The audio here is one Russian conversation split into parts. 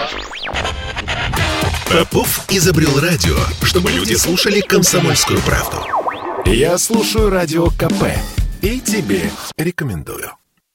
Попов изобрел радио, чтобы люди слушали «Комсомольскую правду». Я слушаю Радио КП и тебе рекомендую.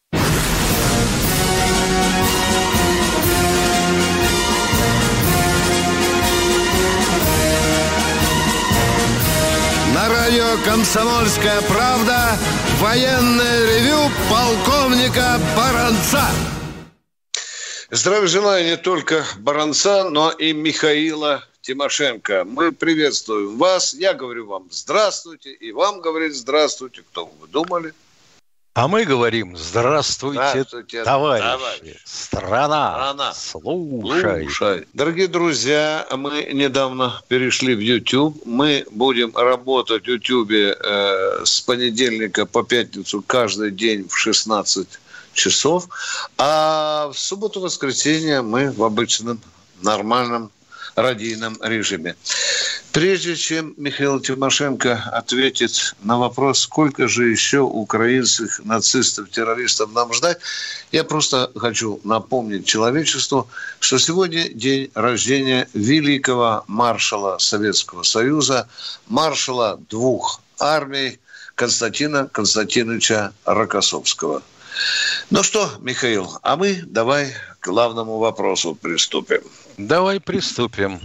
На радио «Комсомольская правда» военное ревю полковника Баранца. Здравия желаю не только Баранца, но и Михаила Тимошенко. Мы приветствуем вас. Я говорю вам здравствуйте, и вам говорит здравствуйте. Кто вы думали? А мы говорим здравствуйте, товарищи. Страна. Слушай. Дорогие друзья, мы недавно перешли в YouTube. Мы будем работать в YouTube с понедельника по пятницу каждый день в 16 часов. А в субботу-воскресенье мы в обычном, нормальном, радийном режиме. Прежде чем Михаил Тимошенко ответит на вопрос, сколько же еще украинских нацистов, террористов нам ждать, я просто хочу напомнить человечеству, что сегодня день рождения великого маршала Советского Союза, маршала двух армий Константина Константиновича Рокоссовского. Ну что, Михаил, а мы давай к главному вопросу приступим. Давай приступим.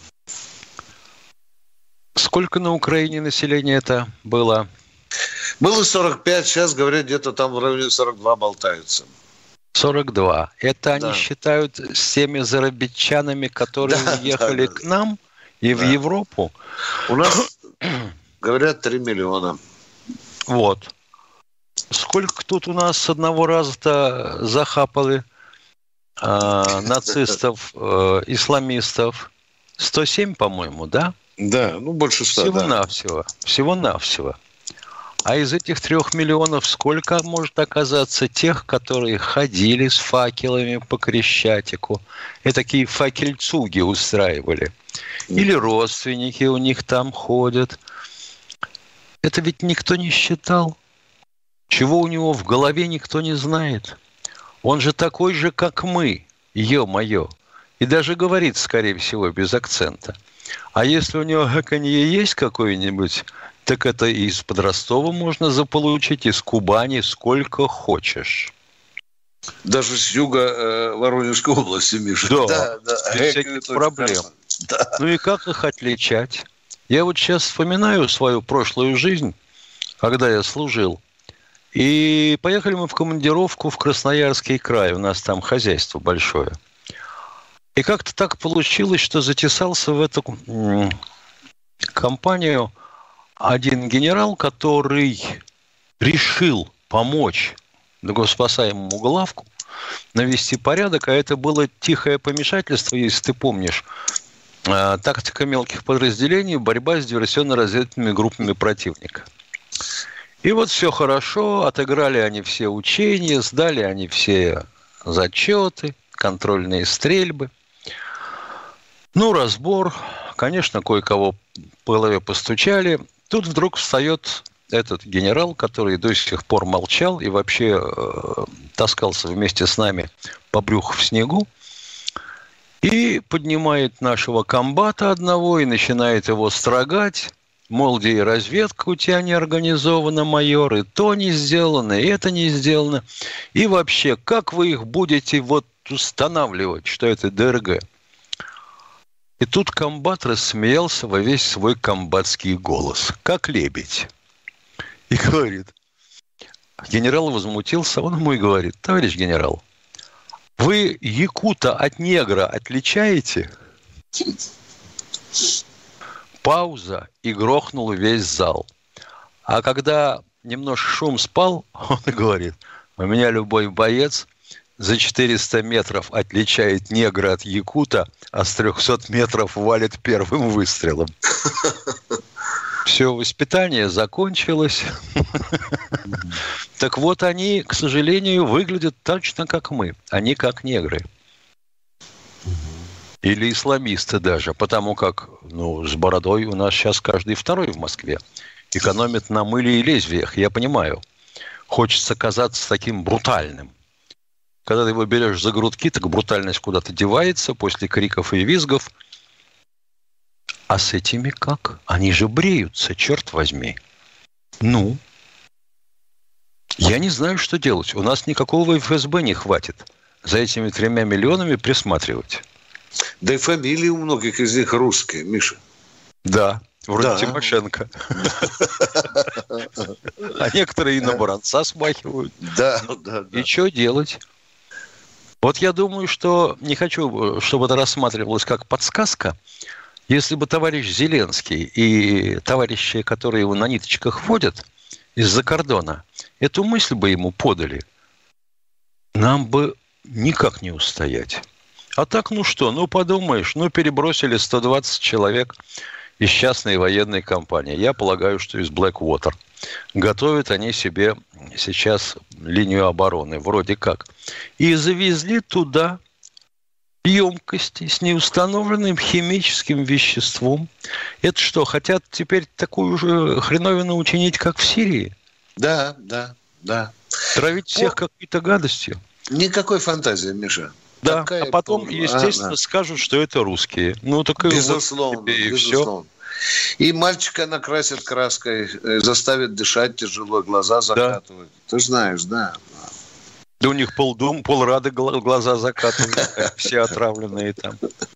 Сколько на Украине населения это было? Было 45, сейчас, говорят, где-то там в районе 42 болтаются. 42. Это они считают с теми зарабичанами, которые уехали к нам и в Европу? У нас, говорят, 3 миллиона. Вот. Сколько тут у нас с одного раза-то захапали нацистов, исламистов? 107, по-моему, да? Да, ну больше 100, Всего-навсего. А из этих 3 миллионов сколько может оказаться тех, которые ходили с факелами по Крещатику? И такие факельцуги устраивали. Или родственники у них там ходят. Это ведь никто не считал. Чего у него в голове, никто не знает. Он же такой же, как мы, ё-моё. И даже говорит, скорее всего, без акцента. А если у него гаканье есть какое-нибудь, так это и из-под Ростова можно заполучить, из Кубани, сколько хочешь. Даже с юга Воронежской области, Миша. Да. Без всяких проблем. Да. Ну и как их отличать? Я вот сейчас вспоминаю свою прошлую жизнь, когда я служил. И поехали мы в командировку в Красноярский край. У нас там хозяйство большое. И как-то так получилось, что затесался в эту компанию один генерал, который решил помочь многоспасаемому главку навести порядок. А это было тихое помешательство, если ты помнишь. Тактика мелких подразделений, борьба с диверсионно-разведывательными группами противника. И вот все хорошо, отыграли они все учения, сдали они все зачеты, контрольные стрельбы. Ну, разбор. Конечно, кое-кого по голове постучали. Тут вдруг встает этот генерал, который до сих пор молчал и вообще таскался вместе с нами по брюху в снегу. И поднимает нашего комбата одного и начинает его строгать. Мол, где и разведка у тебя не организована, майор, и то не сделано, и это не сделано. И вообще, как вы их будете вот устанавливать, что это ДРГ? И тут комбат рассмеялся во весь свой комбатский голос, как лебедь. И говорит, генерал возмутился, он ему и говорит, товарищ генерал, вы якута от негра отличаете? Пауза, и грохнул весь зал. А когда немножко шум спал, он говорит, у меня любой боец за 400 метров отличает негра от якута, а с 300 метров валит первым выстрелом. Все, воспитание закончилось. Так вот, они, к сожалению, выглядят точно как мы. Они как негры. Или исламисты даже, потому как, с бородой у нас сейчас каждый второй в Москве. Экономит на мыле и лезвиях, я понимаю. Хочется казаться таким брутальным. когда ты его берешь за грудки, так брутальность куда-то девается после криков и визгов. А с этими как? Они же бреются, черт возьми. Ну, я не знаю, что делать. У нас никакого ФСБ не хватит за этими 3 миллионами присматривать. Да и фамилии у многих из них русские, Миша. Да, вроде Тимошенко. А некоторые и на Баранца смахивают. Да. И что делать? Вот я думаю, что не хочу, чтобы это рассматривалось как подсказка. Если бы товарищ Зеленский и товарищи, которые его на ниточках водят из-за кордона, эту мысль бы ему подали, нам бы никак не устоять. А так, ну что, ну подумаешь, ну перебросили 120 человек из частной военной компании. Я полагаю, что из Blackwater. Готовят они себе сейчас линию обороны, вроде как. И завезли туда емкости с неустановленным химическим веществом. Это что, хотят теперь такую же хреновину учинить, как в Сирии? Да. Травить всех какой-то гадостью? Никакой фантазии, Миша. Да, а потом, естественно, скажут, что это русские. Ну, так безусловно, вот и безусловно. Все. И мальчика накрасят краской, заставят дышать тяжело, глаза закатывают. Да. Ты знаешь, да. Да у них полрады глаза закатывают, все отравленные там.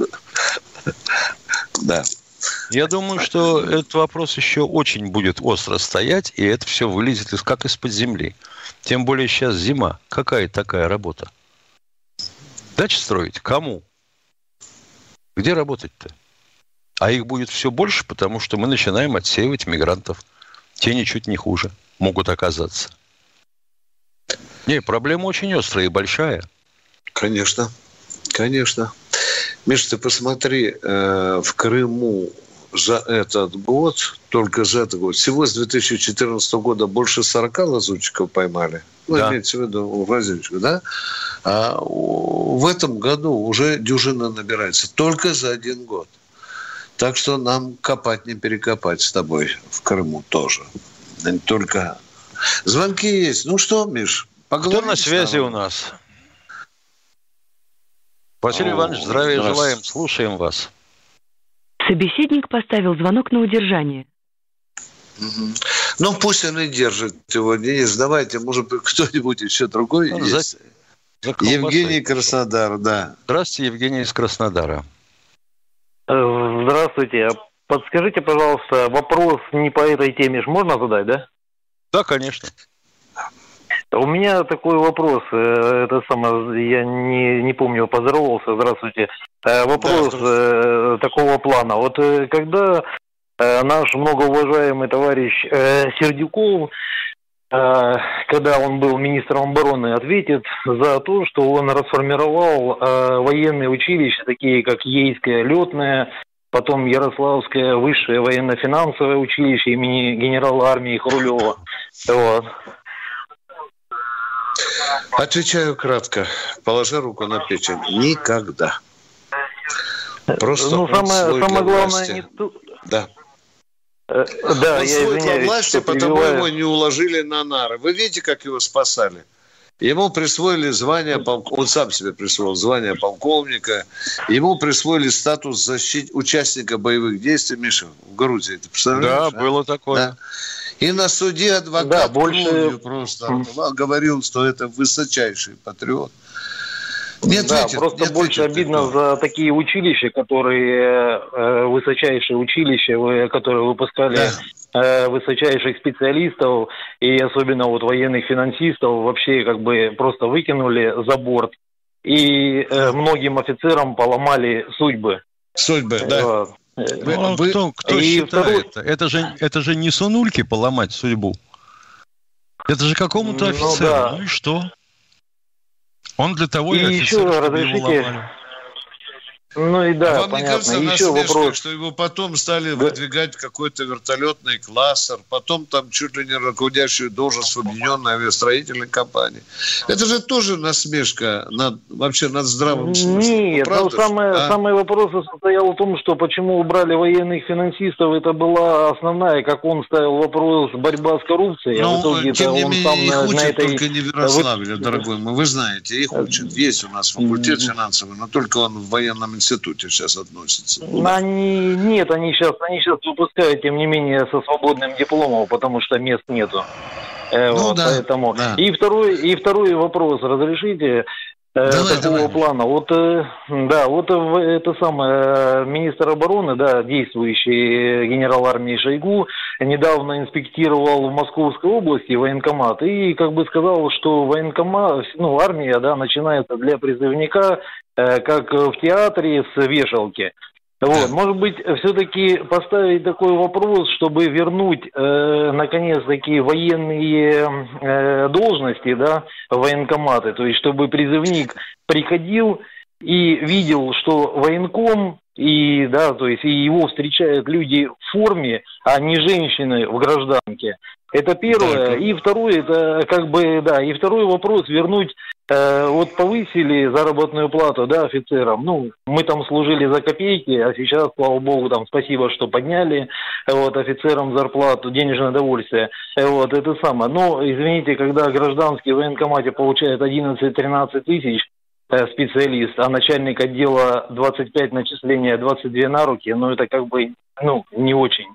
Да. Я думаю, что этот вопрос еще очень будет остро стоять, и это все вылезет как из-под земли. Тем более сейчас зима. Какая такая работа? Дачи строить? Кому? Где работать-то? А их будет все больше, потому что мы начинаем отсеивать мигрантов. Те ничуть не хуже могут оказаться. Не, проблема очень острая и большая. Конечно. Миш, ты посмотри, в Крыму за этот год, только за этот год, всего с 2014 года больше 40 лазутчиков поймали. Ну, да. Имеется в виду лазутчиков, да? А в этом году уже дюжина набирается. Только за 1 год. Так что нам копать не перекопать с тобой в Крыму тоже. Только звонки есть. Ну что, Миш, поговорим. Кто на связи у нас? Василий Иванович, здравия желаем. Слушаем вас. Собеседник поставил звонок на удержание. Ну, пусть он и держит его. Денис, давайте, может быть, кто-нибудь еще другой есть. Евгений Краснодар, да. Здравствуйте, Евгений из Краснодара. Здравствуйте. Подскажите, пожалуйста, вопрос не по этой теме можно задать, да? Да, конечно. У меня такой вопрос. Это самое, я не помню, поздоровался. Здравствуйте. Вопрос такого плана. Вот когда наш многоуважаемый товарищ Сердюков, когда он был министром обороны, ответит за то, что он расформировал военные училища, такие как Ейское летное, потом Ярославское высшее военно-финансовое училище имени генерала армии Хрулева. Вот. Отвечаю кратко, положа руку на печень. Никогда. Просто самое главное не тут. Да. Да, он я извиняюсь, во власти, потому перебиваю. его не уложили на нары. Вы видите, как его спасали? Ему присвоили звание, он сам себе присвоил звание полковника, ему присвоили статус участника боевых действий, Миша, в Грузии. Ты представляешь? Да, было такое. Да. И на суде адвокат просто говорил, что это высочайший патриот. Нет, больше обидно за такие училища, которые высочайшие училища, которые выпускали высочайших специалистов и особенно вот военных финансистов вообще как бы просто выкинули за борт и многим офицерам поломали судьбы. Судьбы, да. Кто считает? Это же не Сунульке поломать судьбу. Это же какому-то офицеру. Да. Ну и что? Он для того и офицер, еще разрешите... Ну и да, вам понятно. не кажется Еще насмешкой, вопрос. что его потом стали выдвигать в какой-то вертолетный кластер, потом там чуть ли не руководящую должность в Объединенной авиастроительной компании. Это же тоже насмешка вообще над здравым смыслом. Нет, ну, самый вопрос состоял в том, что почему убрали военных финансистов, это была основная, как он ставил вопрос, борьба с коррупцией. Ну, тем не менее, их учат только не в Ярославле, дорогой мой. Вы знаете, их учат. Есть у нас факультет финансовый, но только он в военном институте сейчас относится. Они сейчас выпускают, тем не менее, со свободным дипломом, потому что мест нету. Поэтому. Да. И второй вопрос, разрешите? Такого плана. Это самое, министр обороны, действующий генерал армии Шойгу, недавно инспектировал в Московской области военкомат и сказал, что военкомат, армия, начинается для призывника, как в театре с вешалки. Может быть, все-таки поставить такой вопрос, чтобы вернуть, наконец-таки, военные должности, в военкоматы. То есть, чтобы призывник приходил и видел, что военком, и его встречают люди в форме, а не женщины в гражданке. Это первое. И второе, и второй вопрос, вернуть, повысили заработную плату, офицерам. Мы там служили за копейки, а сейчас, слава богу, спасибо, что подняли, офицерам зарплату, денежное довольствие. Это самое. Но, извините, когда гражданский в военкомате получает 11-13 тысяч, специалист, а начальник отдела 25 начисления, 22 на руки, это не очень.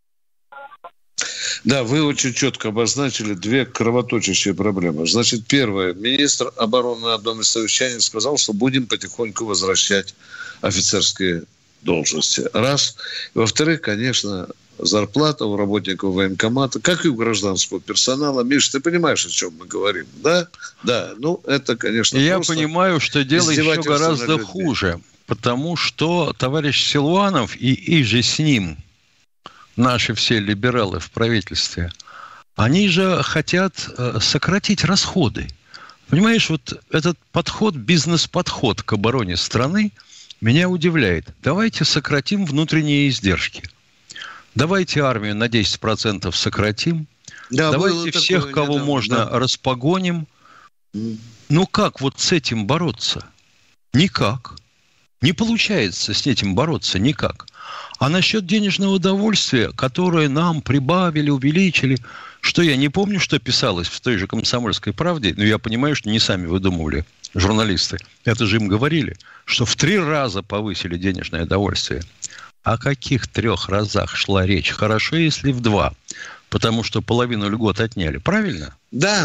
Да, вы очень четко обозначили две кровоточащие проблемы. Значит, первое. Министр обороны на одном из совещаний сказал, что будем потихоньку возвращать офицерские должности. Раз. Во-вторых, конечно, зарплата у работников военкомата, как и у гражданского персонала. Миш, ты понимаешь, о чем мы говорим, да? Да, это, конечно, я понимаю, что дело еще гораздо хуже, потому что товарищ Силуанов и же с ним наши все либералы в правительстве, они же хотят сократить расходы. Понимаешь, этот подход, бизнес-подход к обороне страны меня удивляет. Давайте сократим внутренние издержки. Давайте армию на 10% сократим. Да, давайте всех, кого можно, распогоним. Как с этим бороться? Никак. Не получается с этим бороться никак. А насчет денежного удовольствия, которое нам прибавили, увеличили, что я не помню, что писалось в той же «Комсомольской правде», но я понимаю, что не сами выдумывали журналисты. Это же им говорили, что в 3 раза повысили денежное удовольствие. О каких 3 разах шла речь? Хорошо, если в 2, потому что половину льгот отняли. Правильно? Да.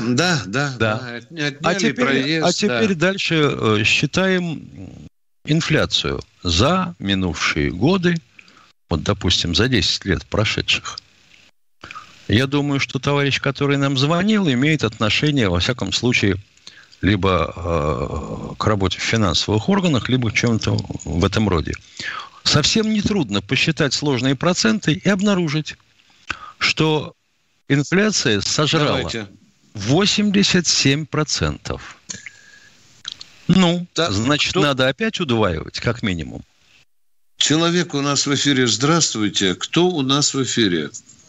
Теперь дальше считаем инфляцию за минувшие годы, допустим, за 10 лет прошедших. Я думаю, что товарищ, который нам звонил, имеет отношение, во всяком случае, либо к работе в финансовых органах, либо к чему-то в этом роде. Совсем нетрудно посчитать сложные проценты и обнаружить, что инфляция сожрала 87%. Значит, надо опять удваивать, как минимум. Человек у нас в эфире. Здравствуйте. Кто у нас в эфире?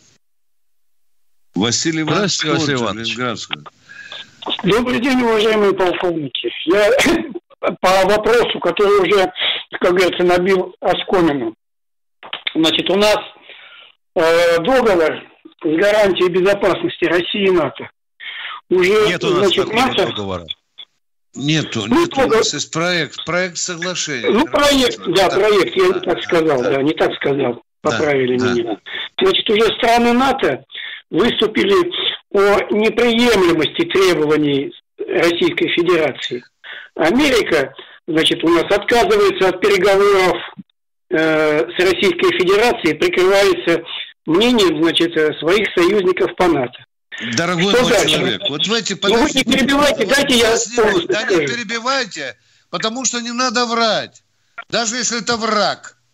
Василий Иванович. Здравствуйте, Василий Иванович. Добрый день, уважаемые полковники. Я по вопросу, который уже, как говорится, набил оскомину. Значит, у нас договор с гарантией безопасности России и НАТО. Уже, нет у нас такого договора. Нету. У нас есть проект соглашения. Проект, я не так сказал, не так сказал, поправили меня. Значит, уже страны НАТО выступили о неприемлемости требований Российской Федерации. Америка, значит, у нас отказывается от переговоров с Российской Федерацией, прикрывается мнением, значит, своих союзников по НАТО. Дорогой мой человек, вы не перебивайте, дайте я скажу. Не перебивайте, потому что не надо врать. Даже если это враг.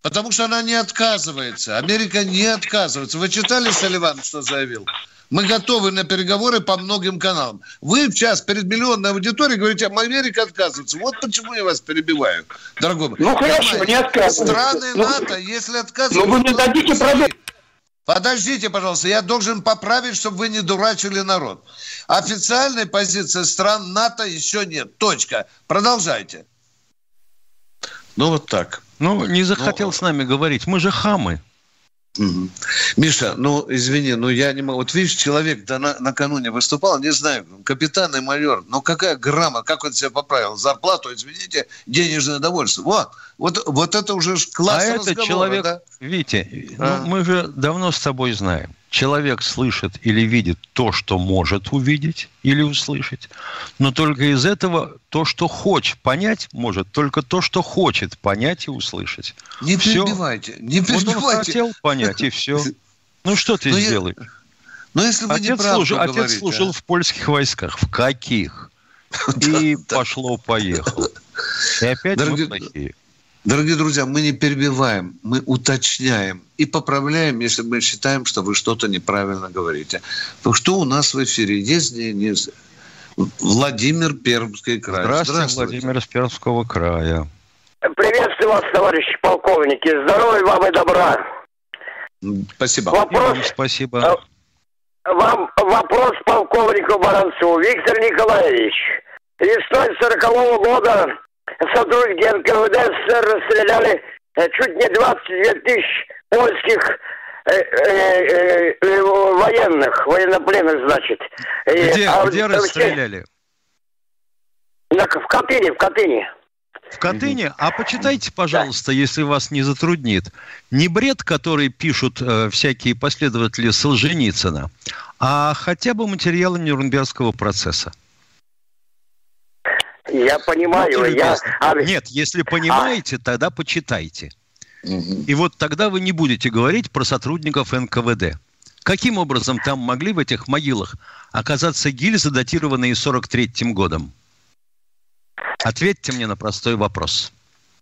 Потому что она не отказывается. Америка не отказывается. Вы читали, Салливан, что заявил? Мы готовы на переговоры по многим каналам. Вы сейчас перед миллионной аудиторией говорите, Америка отказывается. Вот почему я вас перебиваю, дорогой мой. Ну, хорошо, не отказывается. Страны НАТО, если отказываются... Ну, вы мне дадите продать. Подождите, пожалуйста, я должен поправить, чтобы вы не дурачили народ. Официальной позиции стран НАТО еще нет. Точка. Продолжайте. Ну, вот так. Ну, не захотел с нами говорить. Мы же хамы. Угу. Миша, ну, извини, я не могу. Вот видишь, человек накануне выступал, не знаю, капитан и майор, какая грамма, как он себя поправил? Зарплату, извините, денежное довольство. Вот это уже класс разговора. Это человек, да? Витя, мы же давно с тобой знаем. Человек слышит или видит то, что может увидеть или услышать, но только из этого то, что хочет понять, может только то, что хочет понять и услышать. Не перебивайте, не перебивайте. Вот он хотел понять, и все. Ну, что ты сделаешь? Если вы Отец служил в польских войсках. В каких? И пошло-поехало. И опять мы плохие. Дорогие друзья, мы не перебиваем, мы уточняем и поправляем, если мы считаем, что вы что-то неправильно говорите. Что у нас в эфире? Есть Владимир, Пермский край. Здравствуйте, Владимир из Пермского края. Приветствую вас, товарищи полковники. Здоровья вам и добра. Спасибо. Спасибо. Вам вопрос полковнику Баранцу. Виктор Николаевич, весной 40-го года сотрудники НКВД СССР расстреляли чуть не 22 тысяч польских военнопленных, значит. Где расстреляли? В Катыни. В Катыни? А почитайте, пожалуйста, если вас не затруднит, не бред, который пишут всякие последователи Солженицына, а хотя бы материалы Нюрнбергского процесса. Я понимаю. Нет, если понимаете, тогда почитайте. И вот тогда вы не будете говорить про сотрудников НКВД. Каким образом там могли в этих могилах оказаться гильзы, датированные 43-м годом? Ответьте мне на простой вопрос.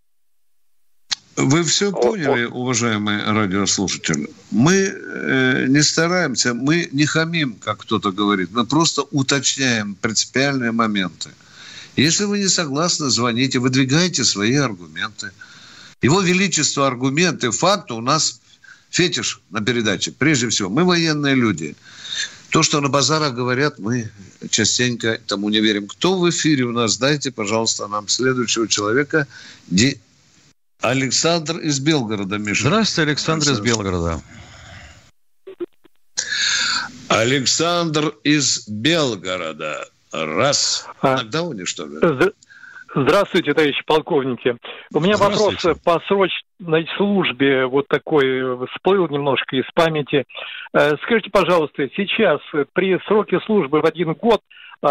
Вы все поняли, уважаемые радиослушатели? Мы не стараемся, мы не хамим, как кто-то говорит. Мы просто уточняем принципиальные моменты. Если вы не согласны, звоните, выдвигайте свои аргументы. Его Величество аргументы, факты у нас фетиш на передаче. Прежде всего, мы военные люди. То, что на базарах говорят, мы частенько тому не верим. Кто в эфире у нас? Дайте, пожалуйста, нам следующего человека. Александр из Белгорода, Миша. Здравствуйте, Александр из Белгорода. Александр из Белгорода. Раз. Нокдауне, что ли? Здравствуйте, товарищи полковники. У меня вопрос по срочной службе вот такой всплыл немножко из памяти. Скажите, пожалуйста, сейчас при сроке службы в 1 год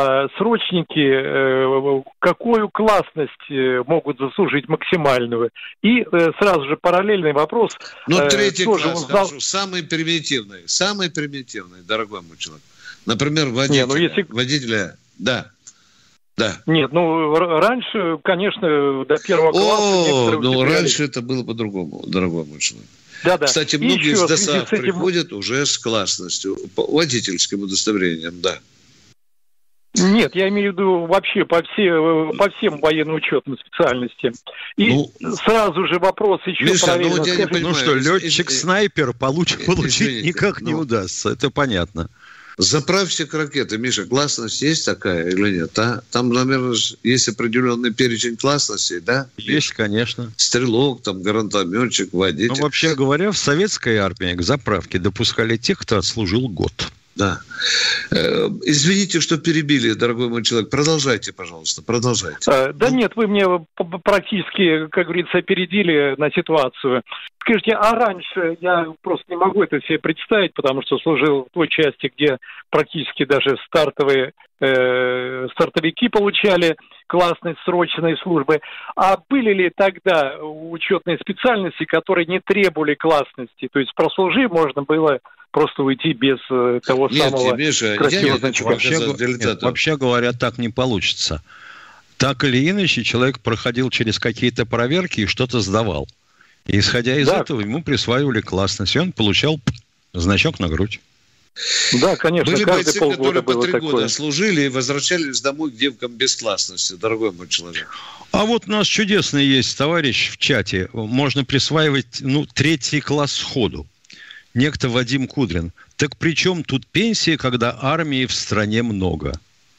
срочники какую классность могут заслужить максимальную? И сразу же параллельный вопрос. Третий класс, скажу, самый примитивный, дорогой мой человек. Например, водителя. Да. Нет, раньше, конечно, до 1 класса... раньше это было по-другому, дорогой мой человек. Да. Кстати, многие с ДСАФ приходят уже с классностью, по водительским удостоверениям, да. Нет, я имею в виду вообще по всем военно-учетным специальностям. И сразу же вопрос еще Миша, параллельно. Летчик-снайпер получить никак не удастся, это понятно. Заправщик ракеты, Миша, классность есть такая или нет? Там, наверное, есть определенный перечень классностей, да? Есть, конечно. Стрелок, гранатометчик, водитель. Вообще говоря, в советской армии к заправке допускали тех, кто отслужил год. Да. Извините, что перебили, дорогой мой человек. Продолжайте, пожалуйста, продолжайте. Нет, вы мне практически, как говорится, опередили на ситуацию. Скажите, а раньше я просто не могу это себе представить, потому что служил в той части, где практически даже стартовики получали классность срочной службы. А были ли тогда учетные специальности, которые не требовали классности? То есть прослужив, можно было просто уйти без того самого красивого значка. Вообще говоря, так не получится. Так или иначе, человек проходил через какие-то проверки и что-то сдавал. И, исходя из этого, ему присваивали классность, и он получал значок на грудь. Да, конечно, были каждые бойцы, полгода которые по было 3 года такое. служили и возвращались домой к девкам без классности, дорогой мой человек. А вот у нас чудесный есть товарищ в чате. Можно присваивать, 3-й класс сходу. Некто Вадим Кудрин. Так при чем тут пенсии, когда армии в стране много?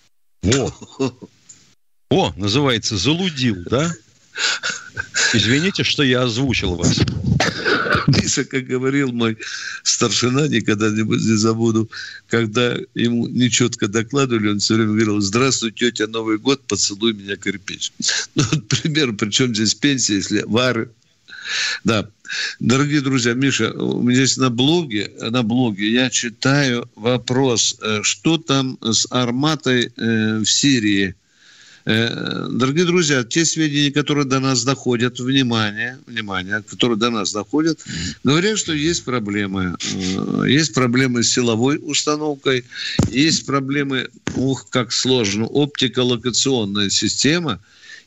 О, называется, залудил, да? Извините, что я озвучил вас. Миша, как говорил мой старшина, никогда-нибудь не забуду, когда ему нечетко докладывали, он все время говорил: здравствуй, тетя, Новый год, поцелуй меня, кирпич. Пример, причем здесь пенсия, если вары. Да. Дорогие друзья, Миша, у меня здесь на блоге я читаю вопрос, что там с арматой в Сирии. Дорогие друзья, те сведения, которые до нас доходят, внимание, которые до нас доходят, говорят, что есть проблемы. Есть проблемы с силовой установкой, есть проблемы, как сложно, оптико-локационная система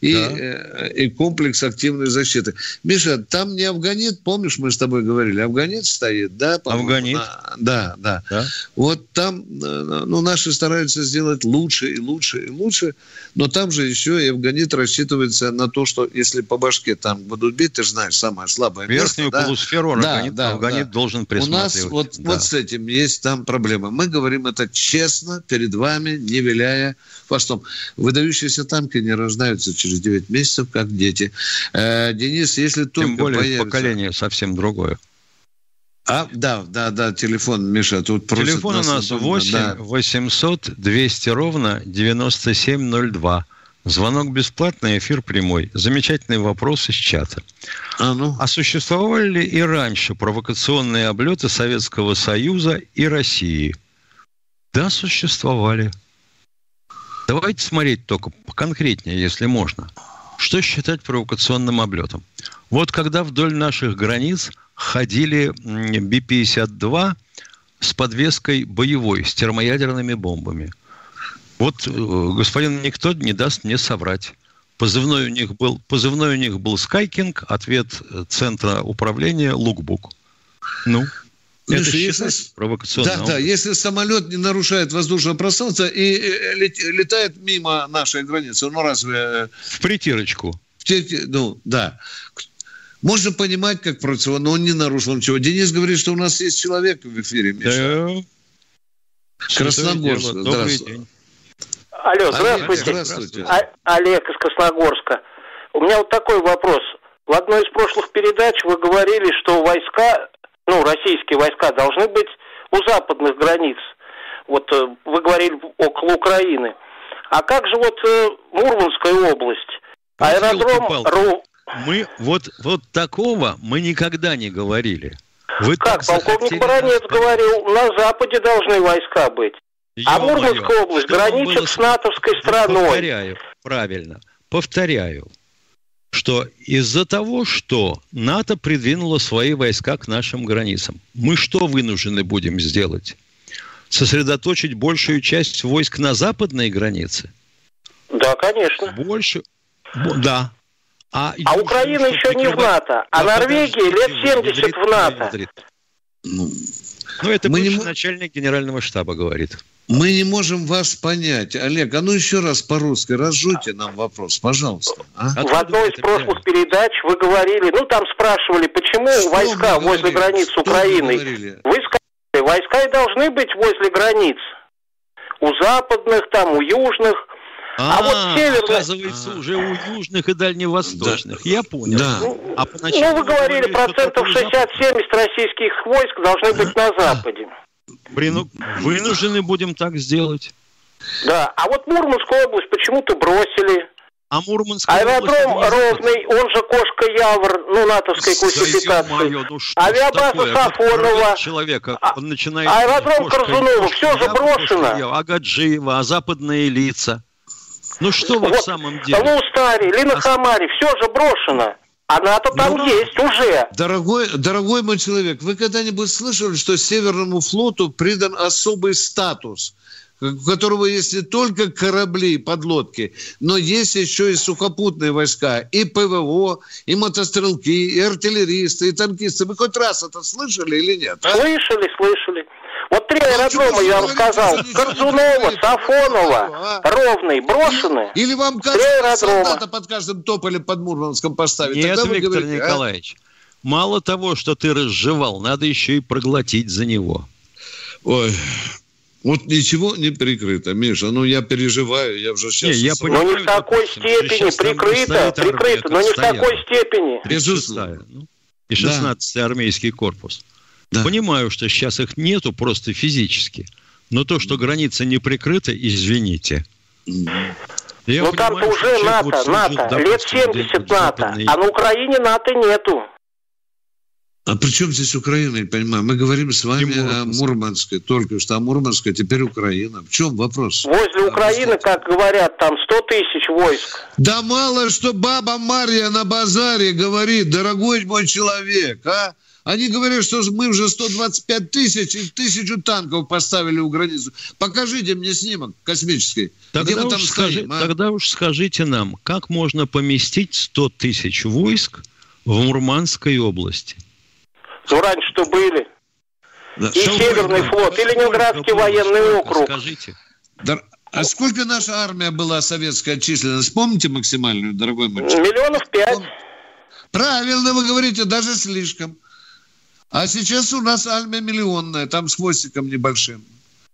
и комплекс активной защиты. Миша, там не афганит, помнишь, мы с тобой говорили, афганит стоит, да? Афганит? Да. Вот там, наши стараются сделать лучше и лучше и лучше, но там же еще и афганит рассчитывается на то, что если по башке там будут бить, ты же знаешь, самое слабое место. Верхнюю полусферу афганит должен присматривать. У нас вот с этим есть там проблема. Мы говорим это честно, перед вами, не виляя хвостом. Выдающиеся танки не рождаются через 9 месяцев, как дети. Денис, если только тем более появится... поколение совсем другое. Да, телефон, Миша, тут просят... Телефон у нас 8 800 200 ровно 9702. Звонок бесплатный, эфир прямой. Замечательный вопрос из чата. А существовали ли и раньше провокационные облеты Советского Союза и России? Да, существовали. Давайте смотреть только конкретнее, если можно. Что считать провокационным облетом? Вот когда вдоль наших границ ходили Би-52 с подвеской боевой, с термоядерными бомбами. Вот господин никто не даст мне соврать. Позывной у них был «Скайкинг», ответ центра управления «Лукбук». Это считается провокационным. Да, если самолет не нарушает воздушное пространство и летает мимо нашей границы, разве... В притирочку. Да. Можно понимать, как провокационно, но он не нарушил ничего. Денис говорит, что у нас есть человек в эфире, Миша. Да. Красногорск. Добрый день. Алло, здравствуйте. Олег из Красногорска. У меня вот такой вопрос. В одной из прошлых передач вы говорили, что войска, российские войска должны быть у западных границ. Вот вы говорили около Украины. А как же Мурманская область? Аэродром... Мы вот такого мы никогда не говорили. Как? Полковник Баранец говорил, на Западе должны войска быть. А Мурманская область граничит с натовской страной. Повторяю, что из-за того, что НАТО придвинуло свои войска к нашим границам, мы что вынуждены будем сделать? Сосредоточить большую часть войск на западной границе? Да, конечно. Да. А Украина еще не в НАТО, а Норвегия лет 70 в НАТО. Это бывший начальник генерального штаба говорит. Мы не можем вас понять. Олег, еще раз по-русски разжуйте нам вопрос, пожалуйста. В одной из прошлых передач вы говорили, там спрашивали, почему войска возле границ Украины. Вы сказали, войска и должны быть возле границ. У западных, у южных. Вот северных... Оказывается, уже у южных и дальневосточных. Да. Я понял. Да. Вы говорили, 60-70% российских войск должны быть на Западе. Вынуждены будем так сделать. Да, а Мурманскую область почему-то бросили. Аэродром Ровный, он же Кошка-Явр, натовской классификации. Авиабаза Сафонова. Аэродром Корзунова, все же брошено. Агаджиева, а западные лица. Что в самом деле? Лустари, Линохамари, все же брошено. А НАТО там есть уже. Дорогой мой человек, вы когда-нибудь слышали, что Северному флоту придан особый статус? у которого есть не только корабли и подлодки, но есть еще и сухопутные войска, и ПВО, и мотострелки, и артиллеристы, и танкисты. Вы хоть раз это слышали или нет? А? Слышали. Вот 3 аэродрома, я вам сказал, Корзунова, Сафонова, Ровный, брошены. Или вам кажется, солдата под каждым тополем под Мурманском поставить? Нет, Виктор Николаевич, мало того, что ты разжевал, надо еще и проглотить за него. Ой, вот ничего не прикрыто, Миша. Я переживаю, я уже сейчас... Не в такой степени прикрыто, но не в такой степени. И 16-й армейский корпус. Да. Понимаю, что сейчас их нету просто физически. Но то, что граница не прикрыта, извините. Там-то уже НАТО. Лет 70 НАТО. А на Украине НАТО нету. А при чем здесь Украина, я понимаю? Мы говорим с вами о Мурманской. Только что о Мурманской, теперь Украина. В чем вопрос? Возле Украины, как говорят, там 100 тысяч войск. Да мало, что баба Марья на базаре говорит, дорогой мой человек, а? Они говорят, что мы уже 125 тысяч и 1000 танков поставили у границы. Покажите мне снимок космический. Тогда уж скажите нам, как можно поместить 100 тысяч войск в Мурманской области? Раньше-то были. Да. И Северный флот, и Ленинградский военный округ. Скажите. А сколько наша армия была советская численность? Помните максимальную, дорогой мальчик? 5 миллионов. Правильно вы говорите, даже слишком. А сейчас у нас армия миллионная, там с хвостиком небольшим.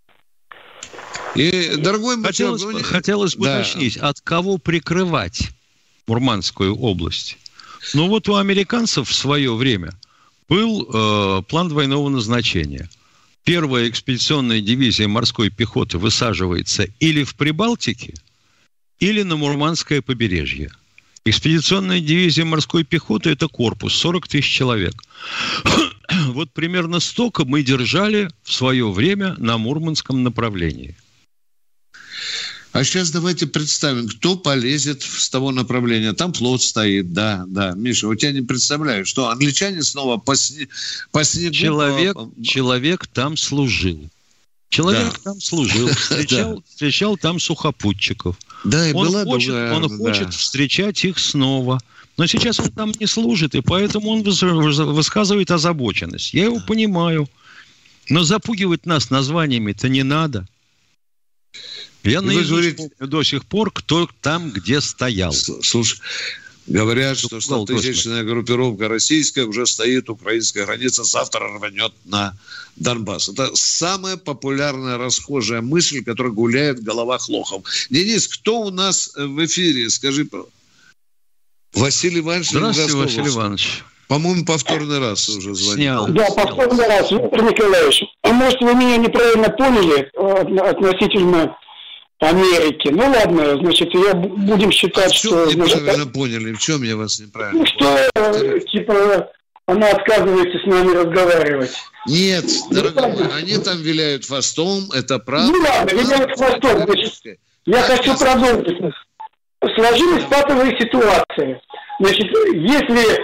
И, дорогой мальчик... Хотелось бы уточнить, от кого прикрывать Мурманскую область? Вот у американцев в свое время был план двойного назначения. Первая экспедиционная дивизия морской пехоты высаживается или в Прибалтике, или на Мурманское побережье. Экспедиционная дивизия морской пехоты – это корпус, 40 тысяч человек. Вот примерно столько мы держали в свое время на Мурманском направлении. А сейчас давайте представим, кто полезет с того направления. Там флот стоит, да. Миша, вот я не представляю, что англичане снова по снегу... Человек там служил. Встречал там сухопутчиков. Да, и он хочет встречать их снова. Но сейчас он там не служит, и поэтому он высказывает озабоченность. Я его понимаю. Но запугивать нас названиями-то не надо. Я наизусть помню до сих пор, кто там где стоял. Слушай, говорят, что 100-тысячная группировка российская уже стоит, украинская граница завтра рванет на Донбасс. Это самая популярная расхожая мысль, которая гуляет в головах лохов. Денис, кто у нас в эфире? Скажи, Василий Иванович. Здравствуйте, Василий Иванович. По-моему, повторный раз уже звонил. Да, повторный раз, Виктор Николаевич. Может, вы меня неправильно поняли относительно Америки. Ладно, значит, будем считать, что... В чем неправильно поняли? В чем я вас неправильно понял? Что, она отказывается с нами разговаривать. Нет, дорогой мой, они там виляют хвостом, это правда. Ладно, виляют хвостом. Значит, я хочу продолжить. Сложилась патовая ситуация. Значит, если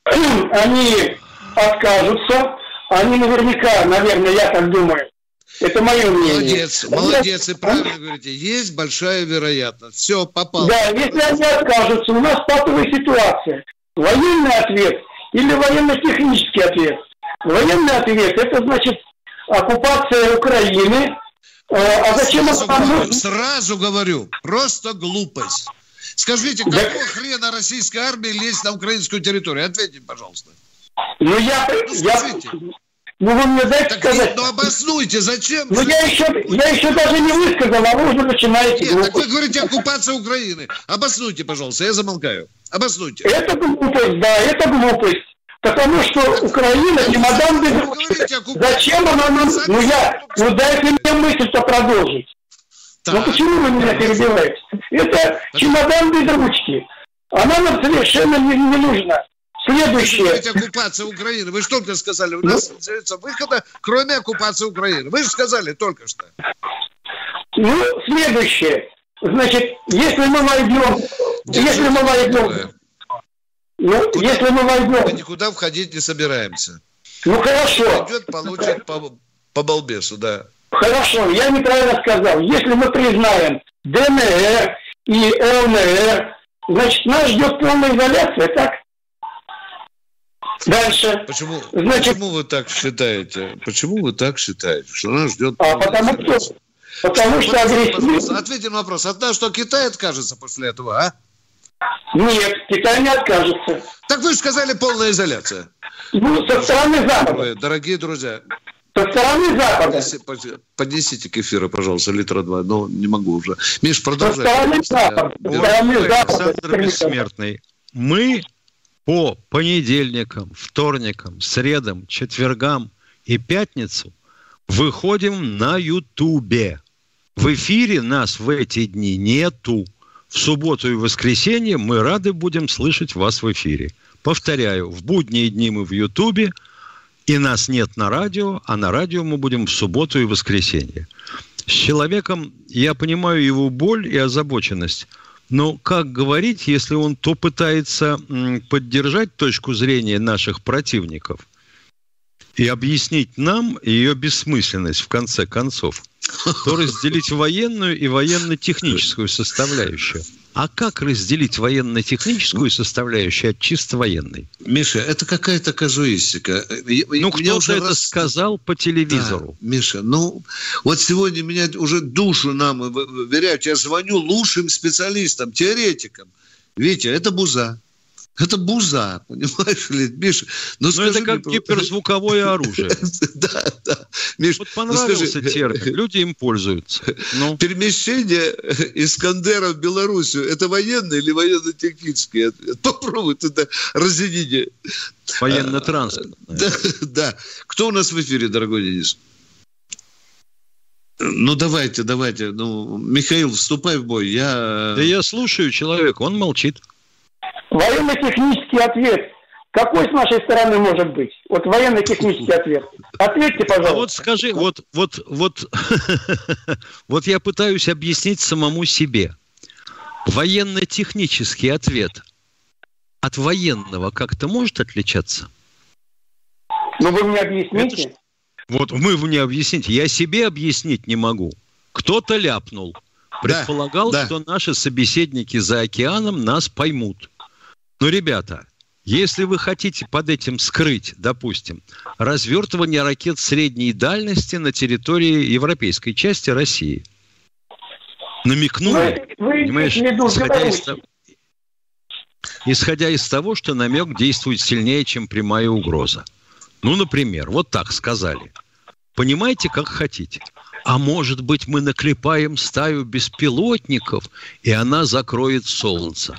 они откажутся, они наверняка, наверное, я так думаю, это мое мнение. Молодец, и правильно говорите, есть большая вероятность. Все, попало. Да, если они откажутся, у нас патовая ситуация. Военный ответ или военно-технический ответ. Военный ответ, это значит оккупация Украины. А зачем это нам нужно? Сразу говорю, просто глупость. Скажите, какого хрена российская армия лезет на украинскую территорию? Ответьте, пожалуйста. Скажите. Вы мне дайте сказать. Обоснуйте, зачем? Я еще даже не высказал, а вы уже начинаете. Нет, так вы говорите оккупация Украины. Обоснуйте, пожалуйста, я замолкаю. Обоснуйте. Это глупость, да, это глупость. Потому что Украина, чемодан без ручки. Зачем она нам... дайте мне мысль-то продолжить. Так. Почему вы меня перебиваете? Это чемодан без ручки. Она нам совершенно не нужна. Следующее. Оккупация Украины. Вы же только сказали, у нас нет выхода, кроме оккупации Украины. Вы же сказали только что. Следующее. Значит, если мы войдем... Мы никуда входить не собираемся. Хорошо. Пойдет, получит по балбесу, да. Хорошо, я неправильно сказал. Если мы признаем ДНР и ЛНР, значит, нас ждет полная изоляция, так? Дальше. Почему вы так считаете? Почему вы так считаете, что нас ждет полная изоляция? Потому что агрессивность... Ответьте на вопрос. От нас что, Китай откажется после этого, а? Нет, Китай не откажется. Так вы же сказали полная изоляция. Ну, со стороны Запада. Дорогие друзья. Со стороны Запада. Поднесите кефира, пожалуйста, литра 2. Ну, не могу уже. Миш, продолжай. Со стороны Запада. Александр Бессмертный. Мы по понедельникам, вторникам, средам, четвергам и пятницу выходим на Ютубе. В эфире нас в эти дни нету. В субботу и воскресенье мы рады будем слышать вас в эфире. Повторяю, в будние дни мы в Ютубе, и нас нет на радио, а на радио мы будем в субботу и воскресенье. С человеком я понимаю его боль и озабоченность, но как говорить, если он то пытается поддержать точку зрения наших противников и объяснить нам ее бессмысленность в конце концов, то разделить военную и военно-техническую составляющую. А как разделить военно-техническую составляющую от чисто военной? Миша, это какая-то казуистика. Кто-то это сказал по телевизору. Да, Миша, вот сегодня меня уже душу нам уверяют. Я звоню лучшим специалистам, теоретикам. Витя, это буза. Это буза, понимаешь ли, Миша? Это как гиперзвуковое оружие. Да. Миш, вот понравился термин, люди им пользуются. Перемещение Искандера в Белоруссию, это военный или военно-технический ответ? Попробуй туда разъединение. Военно-транспортный. Да. Кто у нас в эфире, дорогой Денис? Давайте. Михаил, вступай в бой. Да я слушаю человека, он молчит. Военно-технический ответ. Какой с нашей стороны может быть? Вот военно-технический ответ. Ответьте, пожалуйста. А вот скажи, вот я пытаюсь объяснить самому себе. Военно-технический ответ от военного как-то может отличаться? Вы мне объясните. Вы мне объясните. Я себе объяснить не могу. Кто-то ляпнул. Предполагал, что наши собеседники за океаном нас поймут. Ребята, если вы хотите под этим скрыть, допустим, развертывание ракет средней дальности на территории европейской части России, намекнули, понимаешь, исходя из того, что намек действует сильнее, чем прямая угроза. Например, вот так сказали. Понимаете, как хотите. А может быть, мы наклепаем стаю беспилотников, и она закроет солнце.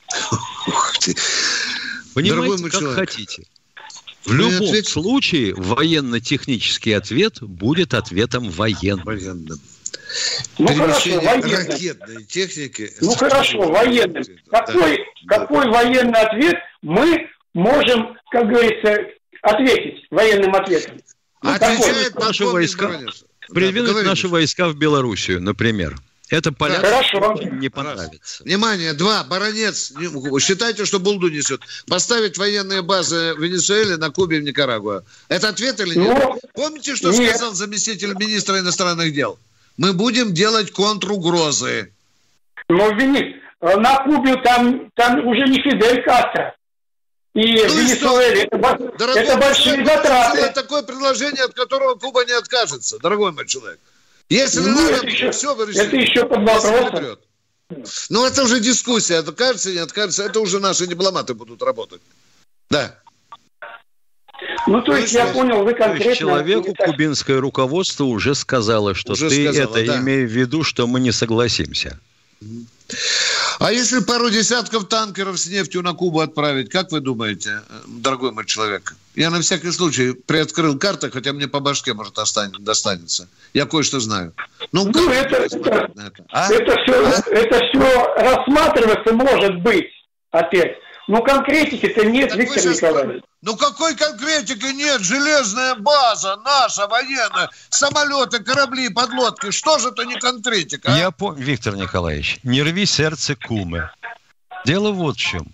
Понимаете, как хотите. В любом случае военно-технический ответ будет ответом военным. Перемещение ракетной техники. Хорошо, военным. Какой военный ответ мы можем, как говорится, ответить военным ответом? Отвечает наши войска. Приведут наши войска в Белоруссию, например. Это полякам не понравится. Внимание, 2. Баронец. Считайте, что булду несет. Поставить военные базы в Венесуэле, на Кубе и в Никарагуа. Это ответ или нет? Помните, что сказал заместитель министра иностранных дел? Мы будем делать контругрозы. На Кубе там уже не Фидель Кастро. И в Венесуэле это большие затраты. Это такое предложение, от которого Куба не откажется, дорогой мой человек. Если надо, все вы решите. Это еще под вопросом. Это уже дискуссия. Откажется, не откажется. Это уже наши дипломаты будут работать. Да. То есть я понял, вы конкретно... Человеку кубинское руководство уже сказало, что имея в виду, что мы не согласимся. А если пару десятков танкеров с нефтью на Кубу отправить, как вы думаете, дорогой мой человек? Я на всякий случай приоткрыл карты, хотя мне по башке, может, достанется. Я кое-что знаю. Это все рассматриваться может быть опять. Конкретики-то нет, так Виктор Николаевич. Какой конкретики нет? Железная база наша, военная, самолеты, корабли, подлодки. Что же это не конкретика? Я помню, Виктор Николаевич, не рви сердце кумы. Дело вот в чем.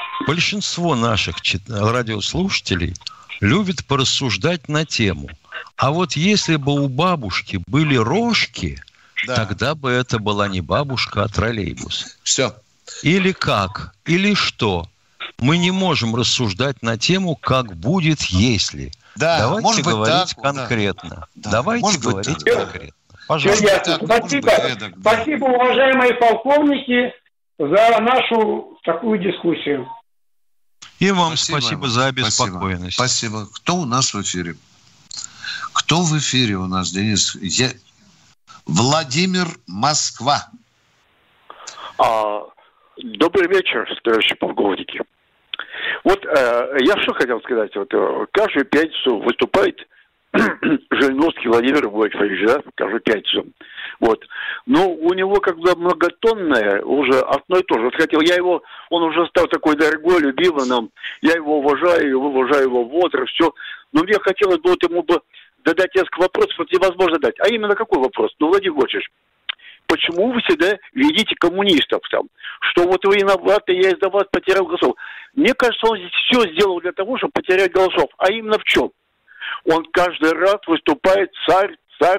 Большинство наших радиослушателей любит порассуждать на тему, А вот если бы у бабушки были рожки, тогда бы это была не бабушка, а троллейбус. Все. Или как? Или что? Мы не можем рассуждать на тему, как будет, если. Да, давайте может быть, говорить так, конкретно. Да. Давайте может говорить быть, конкретно. Пожалуйста. Спасибо, уважаемые полковники, за нашу такую дискуссию. И вам спасибо за обеспокоенность. Спасибо. Кто у нас в эфире? Кто в эфире у нас, Денис? Владимир, Москва. Добрый вечер, товарищи полковники. Вот я что хотел сказать. Вот, каждую пятницу выступает Жириновский Владимир Владимирович, да, каждую пятницу. Вот. Но у него как бы многотонное уже одно и то же. Вот хотел, он уже стал такой дорогой, любимый нам. Я его уважаю его возраст, все. Но мне хотелось бы вот ему бы задать несколько вопросов, вот невозможно дать. А именно какой вопрос? Владимир Владимирович, почему вы всегда видите коммунистов там? Что вот вы виноваты, я из-за вас потерял голосов. Мне кажется, он здесь все сделал для того, чтобы потерять голосов. А именно в чем? Он каждый раз выступает царь,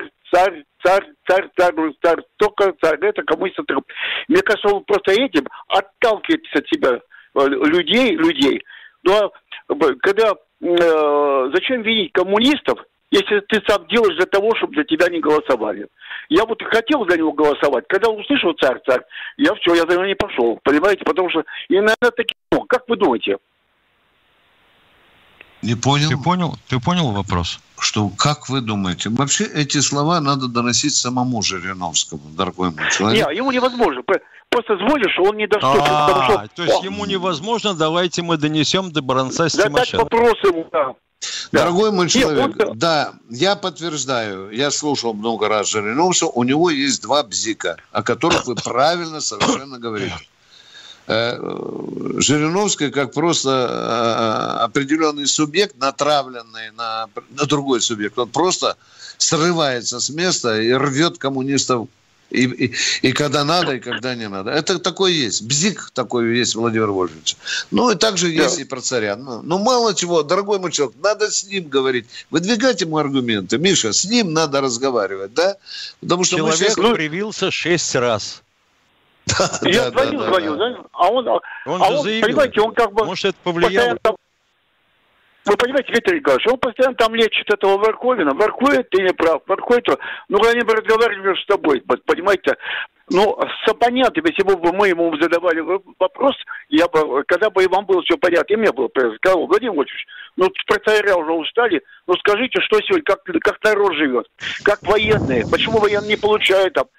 только царь, это коммунисты. Мне кажется, он просто этим отталкивает от себя людей. Но когда зачем винить коммунистов, если ты сам делаешь для того, чтобы за тебя не голосовали? Я вот хотел за него голосовать. Когда услышал царь, я за него не пошел. Понимаете? Потому что иногда такие... Как вы думаете? Не понял. Ты понял вопрос? Что, как вы думаете? Вообще эти слова надо доносить самому Жириновскому, дорогой мой человек. Нет, ему невозможно. Просто звонишь, он не доступен. То есть ему невозможно, давайте мы донесем до Баранца Стимошенко. Задать вопрос ему, да. Дорогой мой человек, да, я подтверждаю, я слушал много раз Жириновского, у него есть два бзика, о которых вы правильно совершенно говорите. Жириновский как просто определенный субъект, натравленный на другой субъект. Он просто срывается с места и рвет коммунистов и когда надо, и когда не надо. Это такое есть. Бзик такой есть, Владимир Вольфович. Ну, и также есть и про царя. Ну, мало чего, дорогой мой человек, надо с ним говорить. Выдвигать ему аргументы. Миша, с ним надо разговаривать, да? Потому что человек привился 6 раз. Я звоню, да? А он же заявил. Понимаете, он как бы... Может, это повлияло? Вы понимаете, Виктор Николаевич, он постоянно там лечит этого Верховина. Воркует, ты не прав. Воркует, ну, когда они разговаривали с тобой, понимаете, ну, с оппонентами, если бы мы ему задавали вопрос, когда бы и вам было все понятно, и мне было сказал, Владимир Владимирович, ну, про царя уже устали, ну, скажите, что сегодня, как народ живет, как военные, почему военные не получают там,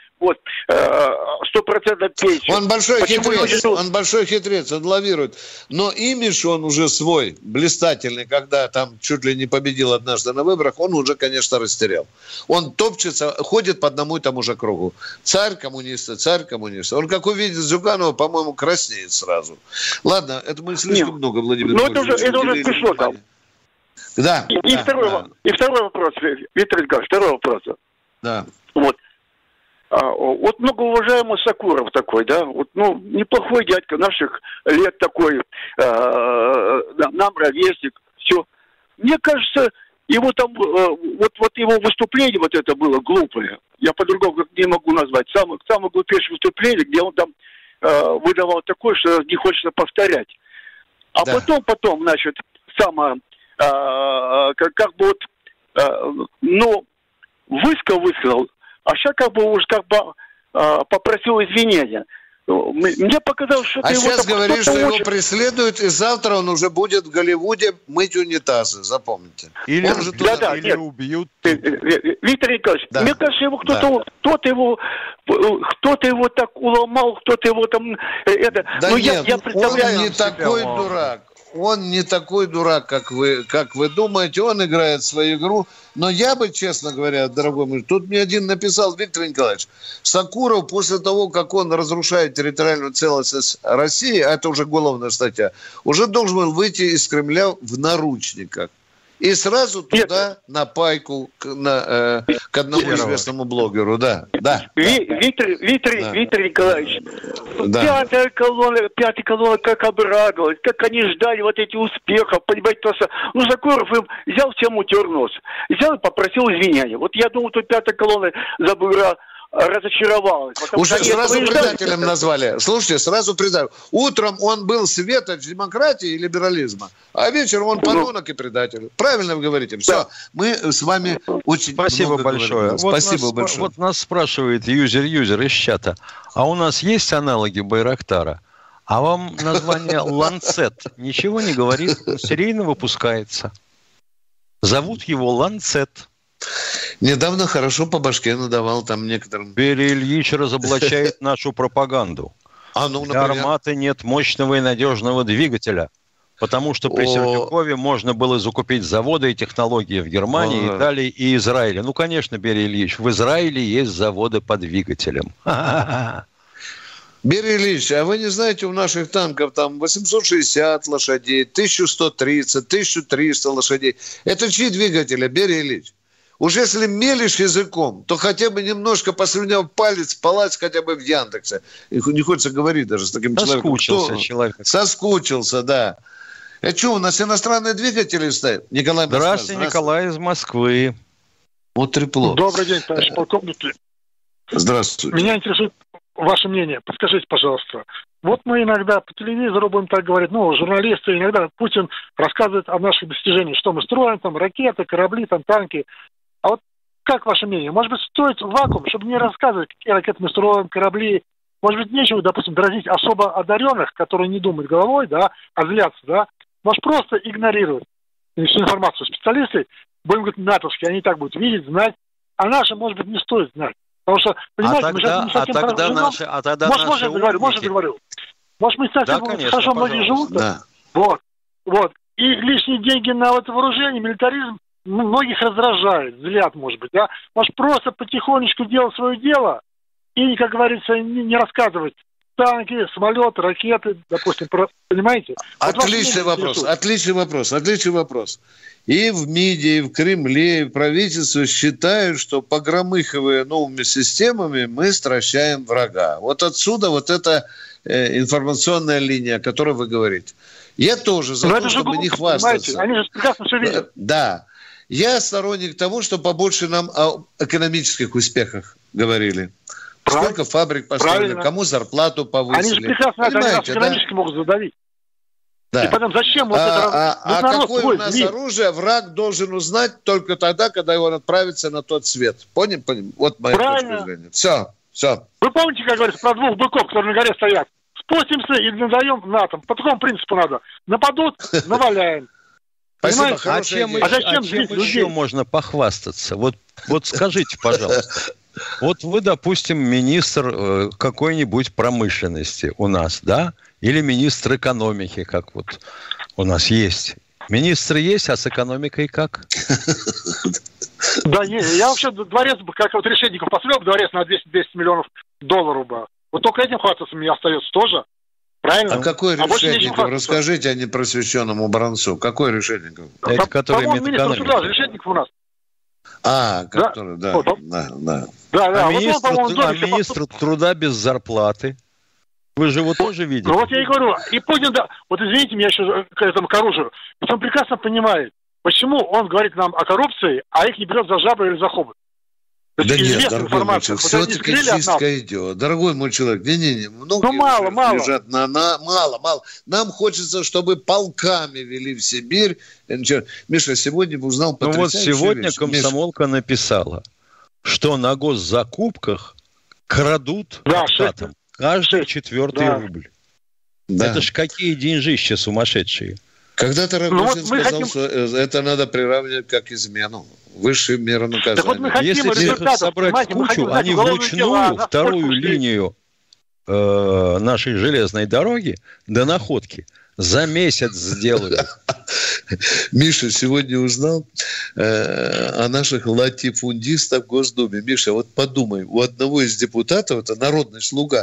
100% пенсию. Он большой хитрец, он лавирует. Но имидж он уже свой, блистательный, когда там чуть ли не победил однажды на выборах, он уже, конечно, растерял. Он топчется, ходит по одному и тому же кругу. Царь коммуниста. Он, как увидит Зюганова, по-моему, краснеет сразу. Ладно, это мы слишком много, Владимир Владимирович. Это уже пришло там. Да. И второй вопрос, Виктор Николаевич, второй вопрос. Да. Вот многоуважаемый Сакуров такой, да, неплохой дядька наших лет такой, нам ровесник, все. Мне кажется, его там, вот его выступление вот это было глупое, я по-другому не могу назвать, самое глупейшее выступление, где он там выдавал такое, что не хочется повторять. А да. потом, значит, высказал, а сейчас попросил извинения. Мне показалось, что это его... сейчас говорит, что его преследуют, и завтра он уже будет в Голливуде мыть унитазы, запомните. Или убьют. Виктор Николаевич, мне кажется, его кто-то его так уломал, кто-то его там... я представляю, он не такой дурак. Он не такой дурак, как вы думаете. Он играет свою игру. Но я бы, честно говоря, дорогой мой, тут мне один написал, Виктор Николаевич, Сакуров после того, как он разрушает территориальную целостность России, а это уже уголовная статья, уже должен был выйти из Кремля в наручниках. И сразу туда, на пайку, к одному известному блогеру. Да. Виктор Николаевич, пятая колонна, как обрадовалась, как они ждали вот этих успехов, понимаете, то, что Закуров им взял, всем утер нос. Взял и попросил извинения. Вот я думаю, тут пятая колонна разочаровалась. Уже сразу предателем назвали. Слушайте, сразу предателем. Утром он был светоч демократии и либерализма, а вечером он подонок и предатель. Правильно вы говорите. Все, мы с вами очень Спасибо много большое. Спасибо большое. Вот нас спрашивает юзер из чата, а у нас есть аналоги Байрактара? А вам название Ланцет ничего не говорит, серийно выпускается. Зовут его Ланцет. Недавно хорошо по башке надавал там некоторым. Берия Ильич разоблачает нашу пропаганду. Для «Арматы» нет мощного и надежного двигателя, потому что при Сердюкове можно было закупить заводы и технологии в Германии, Италии и Израиле. Ну, конечно, Берия Ильич, в Израиле есть заводы по двигателям. Берия Ильич, а вы не знаете, у наших танков там 860 лошадей, 1130, 1300 лошадей. Это чьи двигатели, Берия Ильич? Уж если мелешь языком, то хотя бы немножко, послюняв палец, полазь хотя бы в Яндексе. Не хочется говорить даже с таким человеком. Соскучился, да. Это что, у нас иностранные двигатели стоят? Здравствуйте, Николай из Москвы. Вот трепло. Добрый день, товарищ полковники. Здравствуйте. Меня интересует ваше мнение. Подскажите, пожалуйста. Вот мы иногда по телевизору будем так говорить, журналисты, иногда Путин рассказывает о наших достижениях, что мы строим, там, ракеты, корабли, там, танки. А вот как ваше мнение? Может быть, стоит вакуум, чтобы не рассказывать, какие ракеты мы строим, корабли? Может быть, нечего, допустим, дразнить особо одаренных, которые не думают головой, да, а злятся, да? Может, просто игнорировать всю информацию. Специалисты, будем говорить, натовские, они так будут видеть, знать, а наши, может быть, не стоит знать. Потому что, понимаете, мы сейчас не совсем хорошо живем. Может, договорю. Может, мы совсем хорошо многие живут? Да. Вот. И лишние деньги на вооружение, милитаризм многих раздражает, злят, может быть, да? Может, просто потихонечку делать свое дело и, как говорится, не рассказывать танки, самолеты, ракеты, допустим, понимаете? Отличный вопрос. И в МИДе, и в Кремле, и в правительстве считают, что погромыхивая новыми системами, мы стращаем врага. Вот отсюда вот эта информационная линия, о которой вы говорите. Я тоже за то, чтобы не хвастаться. Они же прекрасно все видят. Да. Я сторонник того, что побольше нам о экономических успехах говорили. Сколько фабрик поставили, кому зарплату повысили. Они же прекрасно экономически могут задавить. Да. И потом зачем вот это... какое у нас оружие враг должен узнать только тогда, когда он отправится на тот свет. Понял? Вот моя точка зрения. Все. Вы помните, как говорится, про двух быков, которые на горе стоят? Спустимся и надаем НАТО. По такому принципу надо. Нападут, наваляем. Спасибо, а чем еще можно похвастаться? Вот скажите, пожалуйста. Вот вы, допустим, министр какой-нибудь промышленности у нас, да? Или министр экономики, как вот у нас есть. Министр есть, а с экономикой как? Да, я вообще дворец, как вот Решетников построил дворец на 200 миллионов долларов бы. Вот только этим хвастаться мне остается тоже. Правильно? А какой Решетников? Расскажите о непросвещенному Баранцу. Какой Решетников? Это который имеет экономику. Решетников у нас. Который, да. А министр труда без зарплаты? Вы же его тоже видите. Вот я и говорю. И Путин, да, вот извините меня еще к этому оружию. Он прекрасно понимает, почему он говорит нам о коррупции, а их не берет за жабры или за хобот. Да нет, дорогой мой человек, все-таки чистка идет. Дорогой мой человек, многие мало. лежат мало. Нам хочется, чтобы полками вели в Сибирь. Миша, сегодня узнал потрясающую сегодня вещь. комсомолка написала, что на госзакупках крадут штатам каждый 4-й рубль. Да. Это ж какие деньжища сумасшедшие. Когда-то Рогозин сказал, что это надо приравнивать как измену. Высшая мера наказания. Если собрать кучу, они вручную вторую линию нашей железной дороги до Находки за месяц сделали. Миша сегодня узнал, о наших латифундистах в Госдуме. Миша, вот подумай, у одного из депутатов, это народный слуга,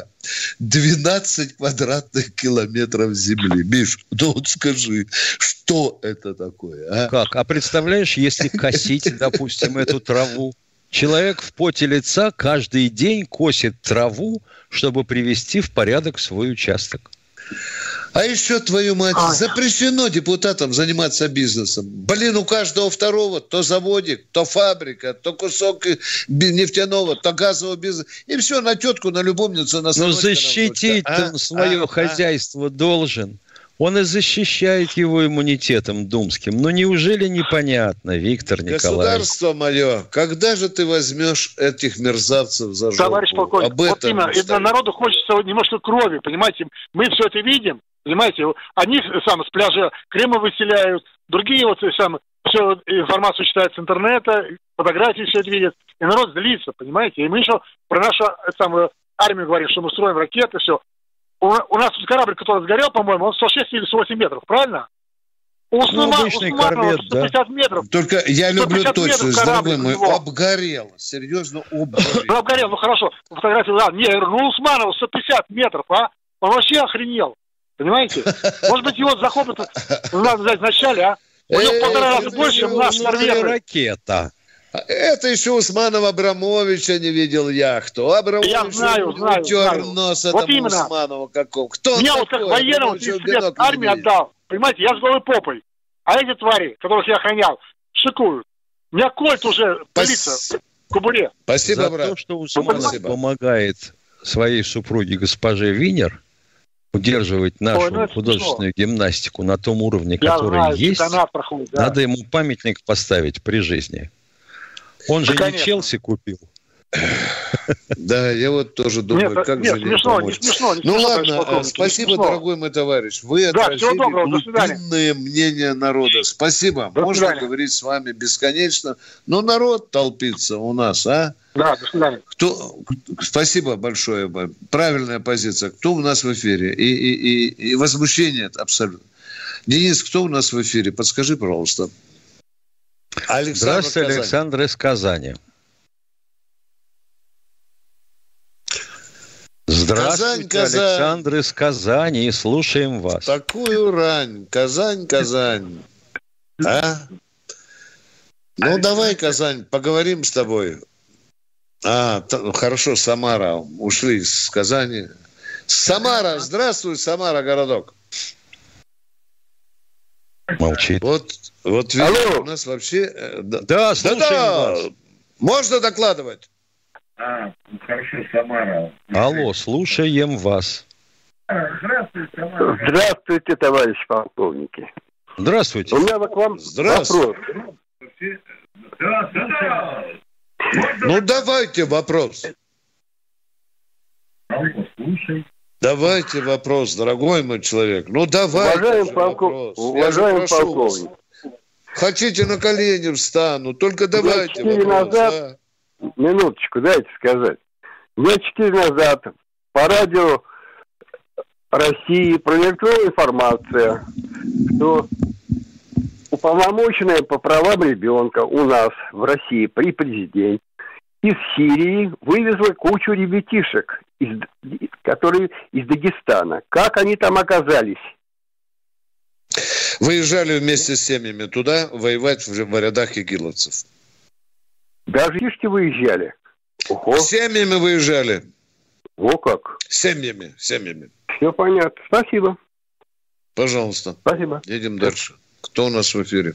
12 квадратных километров земли. Миш, ну вот скажи, что это такое? А? Как? А представляешь, если косить, допустим, эту траву, человек в поте лица каждый день косит траву, чтобы привести в порядок свой участок. А еще, твою мать, запрещено депутатам заниматься бизнесом. Блин, у каждого второго то заводик, то фабрика, то кусок нефтяного, то газового бизнеса. И все, на тетку, на любовницу, на сыночка. Но защитить он свое хозяйство должен. Он и защищает его иммунитетом думским. Ну, неужели непонятно, Виктор Николаевич? Государство мое, когда же ты возьмешь этих мерзавцев за жопу? Товарищ полковник, вот именно народу хочется немножко крови, понимаете? Мы все это видим, понимаете? Они с пляжа Крыма выселяют, другие всю информацию читают с интернета, фотографии все это видят, и народ злится, понимаете? И мы еще про нашу армию говорим, что мы строим ракеты, все. У нас корабль, который сгорел, по-моему, он 106 или 108 метров, правильно? Обычный корвет, 150 метров. Только я люблю точность, дорогой мой, обгорел. Серьезно, обгорел. Ну, обгорел, ну хорошо. Фотографию, да. Не, у Усманова 150 метров, а? Он вообще охренел. Понимаете? Может быть, его захопят, надо взять вначале, а? У него 1,5 раза больше, чем наш корвет. Ракета. Это еще Усманов Абрамовича не видел яхту. Абрамович я знаю. Нос вот именно. Усманова какого. Кто меня вот как военного 30 лет армии отдал. Понимаете, я с голой попой. А эти твари, которых я охранял, шикуют. У меня кольт уже пылится в кобуре. Спасибо, брат. За то, что Усманов помогает своей супруге госпоже Винер удерживать нашу художественную гимнастику на том уровне, который есть, проходит, да. Надо ему памятник поставить при жизни. Он же не Челси купил. Да, я вот тоже думаю, как же не помочь. Ну ладно, спасибо, дорогой мой товарищ. Вы отразили глубинное мнение народа. Спасибо. Можно говорить с вами бесконечно. Но народ толпится у нас, а? Да, до свидания. Спасибо большое. Правильная позиция. Кто у нас в эфире? И возмущение абсолютно. Денис, кто у нас в эфире? Подскажи, пожалуйста. Здравствуйте, Александр из Казани. Здравствуйте, Александр из Казани. Слушаем вас. Такую рань. Казань. А? Ну, давай, Казань, поговорим с тобой. Хорошо, Самара. Ушли с Казани. Самара, здравствуй, Самара, городок. Молчит. Вот видишь, у нас вообще... Да, слушаем вас. Можно докладывать? Хорошо, Самара. Алло, слушаем вас. Здравствуйте, Самара. Здравствуйте, товарищ полковники. Здравствуйте. У меня к вам вопрос. Ну, давайте вопрос. Давайте вопрос, дорогой мой человек. Ну, давайте вопрос. Уважаемый полковник. Хотите, на колени встану, только давайте вопрос. Минуточку, дайте сказать. Дня 4 назад по радио России промелькнула информация, что уполномоченная по правам ребенка у нас в России при президенте из Сирии вывезла кучу ребятишек, которые из Дагестана. Как они там оказались? Выезжали вместе с семьями туда воевать в рядах игиловцев. Даже ешки выезжали? Ого. Семьями выезжали. О как? Семьями. Все понятно. Спасибо. Пожалуйста. Спасибо. Едем дальше. Кто у нас в эфире?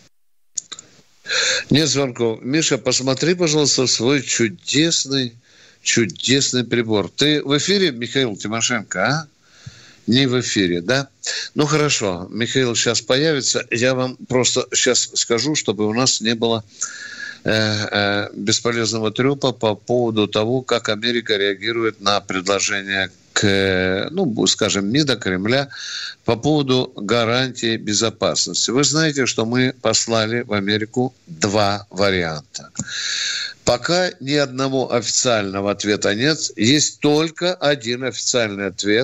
Нет звонков. Миша, посмотри, пожалуйста, свой чудесный прибор. Ты в эфире, Михаил Тимошенко, а? Не в эфире, да? Ну, хорошо. Михаил сейчас появится. Я вам просто сейчас скажу, чтобы у нас не было бесполезного трёпа по поводу того, как Америка реагирует на предложение скажем, МИДа, Кремля по поводу гарантии безопасности. Вы знаете, что мы послали в Америку 2 варианта. Пока ни одного официального ответа нет. Есть только один официальный ответ,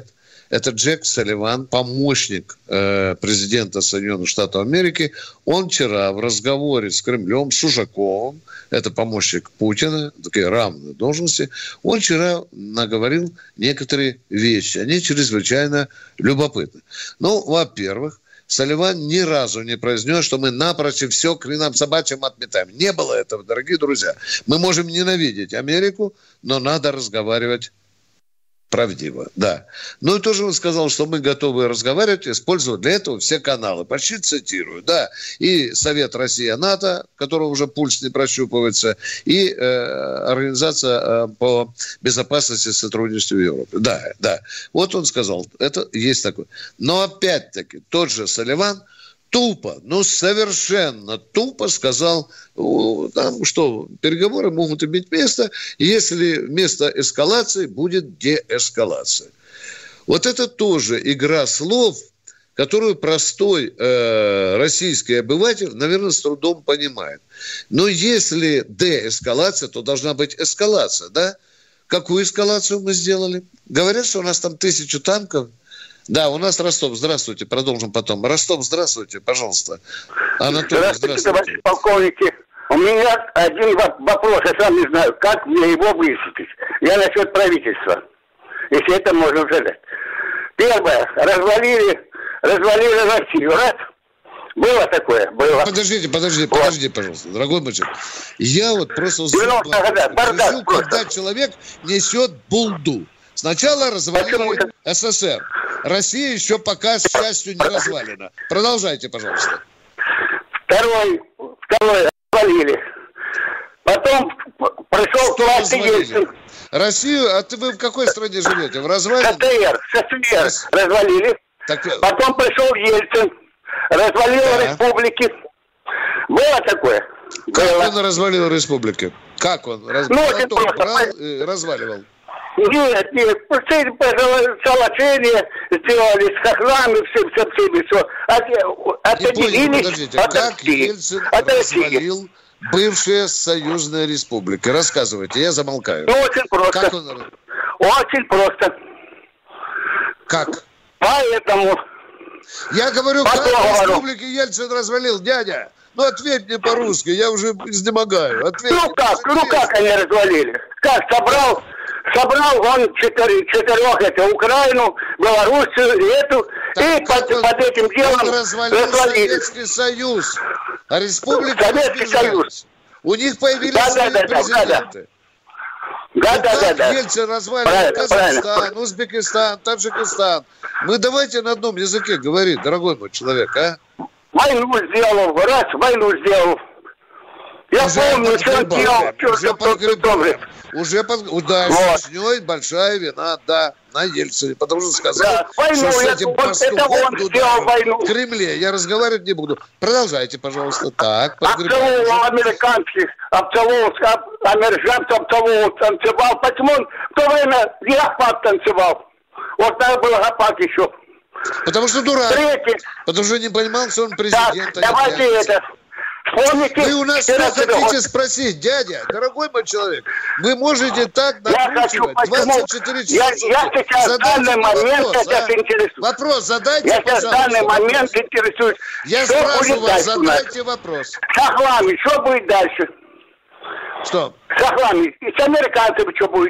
Это Джек Салливан, помощник президента Соединенных Штатов Америки. Он вчера в разговоре с Кремлем, с Ушаковым, это помощник Путина, такие равные должности, он вчера наговорил некоторые вещи. Они чрезвычайно любопытны. Ну, во-первых, Салливан ни разу не произнес, что мы напрочь все к хренам собачьим отметаем. Не было этого, дорогие друзья. Мы можем ненавидеть Америку, но надо разговаривать правдиво, да. Ну и тоже он сказал, что мы готовы разговаривать, использовать для этого все каналы. Почти цитирую, да. И Совет Россия-НАТО, которого уже пульс не прощупывается, и Организация по безопасности и сотрудничеству в Европе. Да, да. Вот он сказал, это есть такое. Но опять-таки тот же Салливан тупо, ну совершенно тупо сказал, там, что переговоры могут иметь место, если вместо эскалации будет деэскалация. Вот это тоже игра слов, которую простой российский обыватель, наверное, с трудом понимает. Но если деэскалация, то должна быть эскалация, да? Какую эскалацию мы сделали? Говорят, что у нас там 1000 танков. Да, у нас Ростов. Здравствуйте. Продолжим потом. Ростов, здравствуйте, пожалуйста. Анатолий, здравствуйте. Товарищи полковники. У меня один вопрос. Я сам не знаю, как мне его высветить. Я насчет правительства. Если это можно задать. Первое. Развалили Россию. Раз. Было такое? Было. Подожди, пожалуйста, дорогой мальчик. Я вот просто вижу, когда человек несет булду. Сначала развалили СССР. Россия еще пока, к счастью, не развалена. Продолжайте, пожалуйста. Второй развалили. Потом пришел к власти Ельцин. Россию? А вы в какой стране живете? В развалине? СССР развалили. Потом пришел Ельцин. Развалил республики. Было такое? Как он развалил республики? Как он? Разваливал? Нет, соглашение сделали с хохлами, все. Отделились подождите, как Ельцин развалил бывшие союзные республики? Рассказывайте, я замолкаю. Ну, очень просто. Как он... Очень просто. Как? Поэтому... Я говорю, как республики Ельцин развалил, дядя? Ну, ответь мне по-русски, я уже изнемогаю. Ну, как они развалили? Как, собрал он четырех, это Украину, Белоруссию, и под этим делом развалили Советский Союз, а республика Советский Союз. У них появились президенты. Да. Ельцин развалил Казахстан, Узбекистан, Таджикистан. Мы давайте на одном языке говорить, дорогой мой человек, а? Войну сделал. Я помню, что он делал. Удачней большая вина, да, на Ельцине. Потому что сказал, что с этим пастухом в Кремле я разговаривать не буду. Продолжайте, пожалуйста. Так, обцеловал американских, американцев танцевал. Почему он в то время Гапак танцевал? Вот так был Гапак еще. Потому что дурак. Потому что не понимал, что он президент. Так, давайте это. Вспомните, вы у нас что хотите спросить, дядя, дорогой мой человек? Вы можете так накручивать 24 часа. Я сейчас в данный момент интересуюсь. Вопрос задайте, пожалуйста. Я в данный момент интересуюсь. Я спрашиваю вас, задайте вопрос. С хохлами, что будет дальше? Что? С хохлами. И с американцами что будет?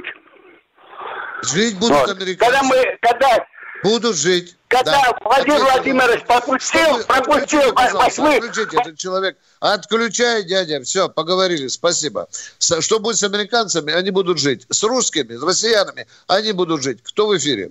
Жить будут американцы. Будут жить. Когда Владимир Владимирович пропустил Отключите этот человек. Отключай, дядя. Все, поговорили. Спасибо. Что будет с американцами? Они будут жить. С русскими, с россиянами они будут жить. Кто в эфире?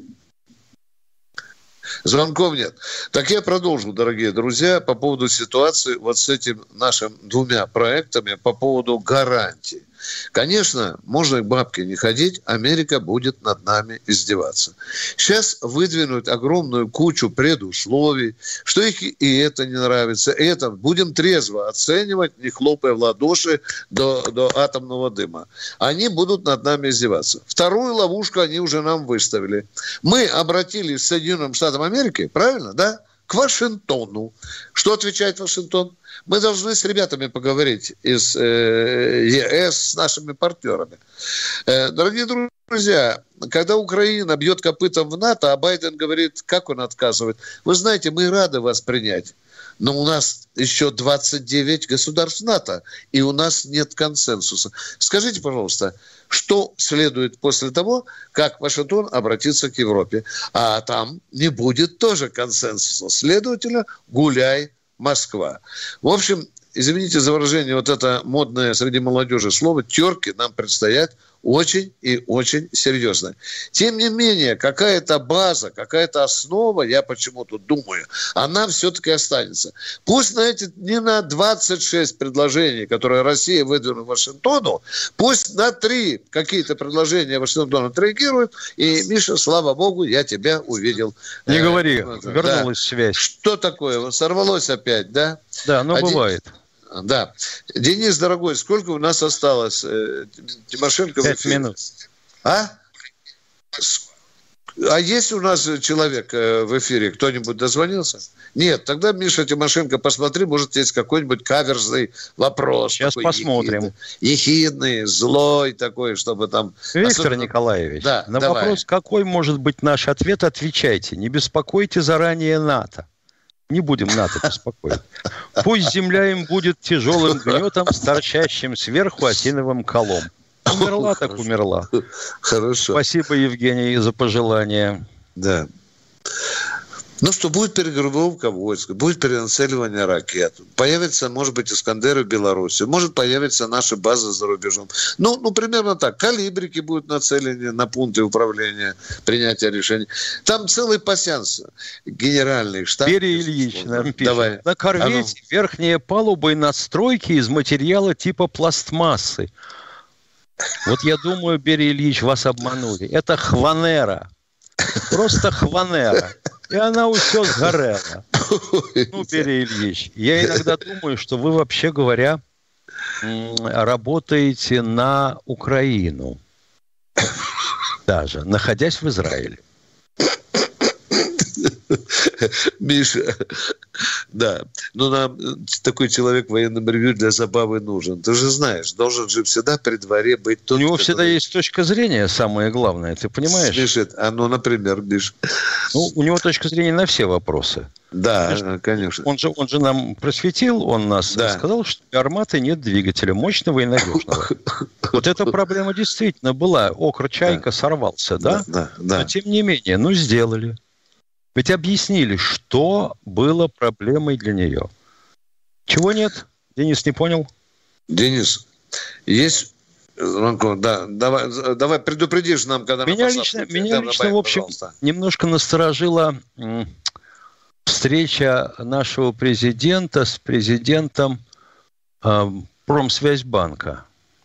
Звонков нет. Так я продолжу, дорогие друзья, по поводу ситуации вот с этим нашим двумя проектами, по поводу гарантий. Конечно, можно и к бабке не ходить, Америка будет над нами издеваться. Сейчас выдвинуть огромную кучу предусловий, что их и это не нравится, и это будем трезво оценивать, не хлопая в ладоши до атомного дыма. Они будут над нами издеваться. Вторую ловушку они уже нам выставили. Мы обратились к Соединенным Штатам Америки, правильно, да? к Вашингтону. Что отвечает Вашингтон? Мы должны с ребятами поговорить из ЕС, с нашими партнерами. Дорогие друзья, когда Украина бьет копытом в НАТО, а Байден говорит, как он отказывает. Вы знаете, мы рады вас принять. Но у нас еще 29 государств НАТО, и у нас нет консенсуса. Скажите, пожалуйста, что следует после того, как Вашингтон обратится к Европе? А там не будет тоже консенсуса. Следовательно, гуляй, Москва. В общем, извините за выражение, вот это модное среди молодежи слово, терки нам предстоят очень и очень серьезно. Тем не менее, какая-то база, какая-то основа, я почему-то думаю, она все-таки останется. Пусть не на 26 предложений, которые Россия выдвинула Вашингтону, пусть на 3 какие-то предложения Вашингтона отреагируют, и, Миша, слава богу, я тебя увидел. Не говори, вернулась связь. Что такое? Сорвалось опять, да? Да, но бывает. Да. Денис, дорогой, сколько у нас осталось? Тимошенко 5 минут. А есть у нас человек в эфире? Кто-нибудь дозвонился? Нет, тогда, Миша Тимошенко, посмотри, может, есть какой-нибудь каверзный вопрос. Сейчас посмотрим. Ехидный, злой такой, чтобы там... Виктор Николаевич, да, на вопрос, какой может быть наш ответ, отвечайте. Не беспокойте заранее НАТО. Не будем НАТО беспокоить. Пусть земля им будет тяжелым гнетом, с торчащим сверху осиновым колом. Умерла так умерла. Хорошо. Спасибо, Евгений, за пожелание. Да. Ну что, будет перегруппировка войск, будет перенацеливание ракет. Появятся, может быть, Искандеры в Беларуси. Может, появятся наши базы за рубежом. Ну, примерно так. Калибрики будут нацелены на пункты управления, принятия решений. Там целый пассианс. Генеральный штаб. Берия Ильич нам пишет. Давай. На корвете верхняя палуба и надстройки из материала типа пластмассы. Вот я думаю, Берия Ильич, вас обманули. Это хванера. Просто хванера. И она все сгорела. Ну, Берия Ильич, я иногда думаю, что вы, вообще говоря, работаете на Украину. Даже, находясь в Израиле. Миша, да. Но нам такой человек в военном ревью для забавы нужен. Ты же знаешь, должен же всегда при дворе быть тот, у него всегда есть точка зрения, самое главное, ты понимаешь? Смешит. Например, Миш. Ну, у него точка зрения на все вопросы. Да, конечно. Он же нам просветил, он нас сказал, что для «Арматы» нет двигателя мощного и надежного. Вот эта проблема действительно была. Окр-Чайка сорвался, да? Да. Но тем не менее, сделали. Ведь объяснили, что было проблемой для нее. Чего нет? Денис не понял? Денис, есть... Да, давай предупредишь нам, когда... Меня лично, в общем, немножко насторожила встреча нашего президента с президентом Промсвязьбанка,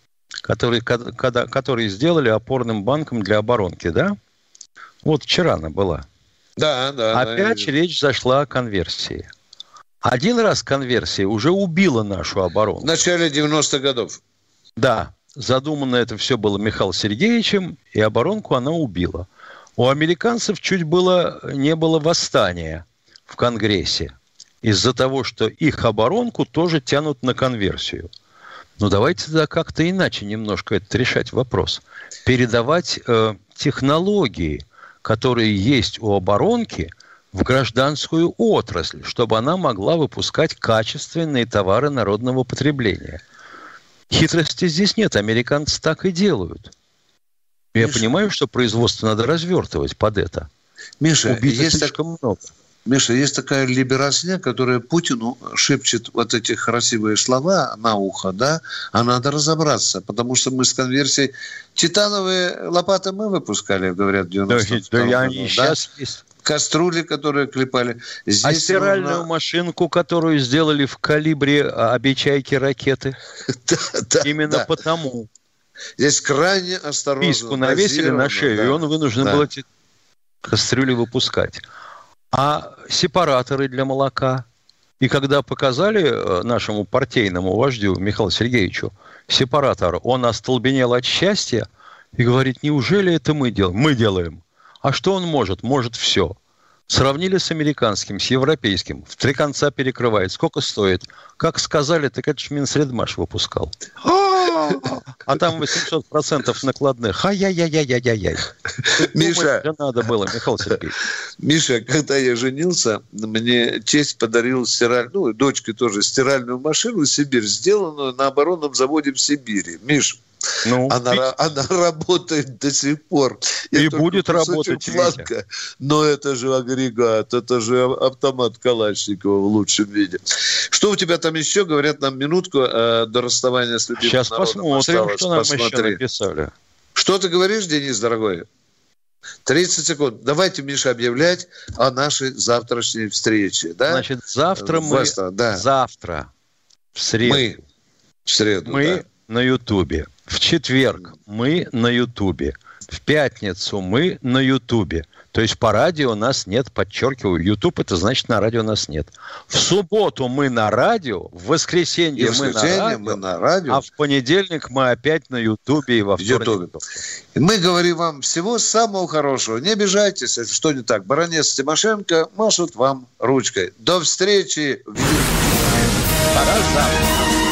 который сделали опорным банком для оборонки, да? Вот вчера она была. Да. Опять речь зашла о конверсии. Один раз конверсия уже убила нашу оборону. В начале 90-х годов. Да. Задумано это все было Михаилом Сергеевичем, и оборонку она убила. У американцев чуть не было восстания в Конгрессе из-за того, что их оборонку тоже тянут на конверсию. Ну, давайте тогда как-то иначе немножко этот решать вопрос. Передавать технологии, которые есть у оборонки, в гражданскую отрасль, чтобы она могла выпускать качественные товары народного потребления. Хитрости здесь нет, американцы так и делают. Я понимаю, что производство надо развертывать под это. Миша, есть слишком много. Миша, есть такая либерасня, которая Путину шепчет вот эти красивые слова на ухо, да, а надо разобраться, потому что мы с конверсией... Титановые лопаты мы выпускали, говорят, в 92 году. Они сейчас есть. Кастрюли, которые клепали. Здесь стиральную машинку, которую сделали в калибре обечайки ракеты. Именно потому. Здесь крайне осторожно. Писку навесили на шею, и он вынужден был эти кастрюли выпускать. А сепараторы для молока. И когда показали нашему партийному вождю Михаилу Сергеевичу сепаратор, он остолбенел от счастья и говорит, неужели это мы делаем? Мы делаем. А что он может? Может все. Сравнили с американским, с европейским. В 3 конца перекрывает. Сколько стоит? Как сказали, так это ж Минсредмаш выпускал. А там 800% накладных. Ай-яй-яй-яй-яй-яй. Миша, надо было, Михаил Сергеевич. Миша, когда я женился, мне тесть подарил стиральную, дочке тоже стиральную машину «Сибирь», сделанную на оборонном заводе в Сибири. Миш, она работает до сих пор. И будет работать. Фланга, но это же агрегат, это же автомат Калашникова в лучшем виде. Что у тебя там еще? Говорят, нам минутку до расставания с любимым Сейчас народом посмотрим, осталось. что нам еще написали. Что ты говоришь, Денис, дорогой? 30 секунд. Давайте, Миша, объявлять о нашей завтрашней встрече. Да? Значит, завтра завтра, в среду, мы на Ютубе. В четверг мы на Ютубе. В пятницу мы на Ютубе. То есть по радио нас нет, подчеркиваю. Ютуб — это значит, на радио нас нет. В субботу мы на радио, в воскресенье мы на радио, а в понедельник мы опять на Ютубе и во вторник. Мы говорим вам всего самого хорошего. Не обижайтесь, если что не так. Баронец Тимошенко машут вам ручкой. До встречи. Пора завтра.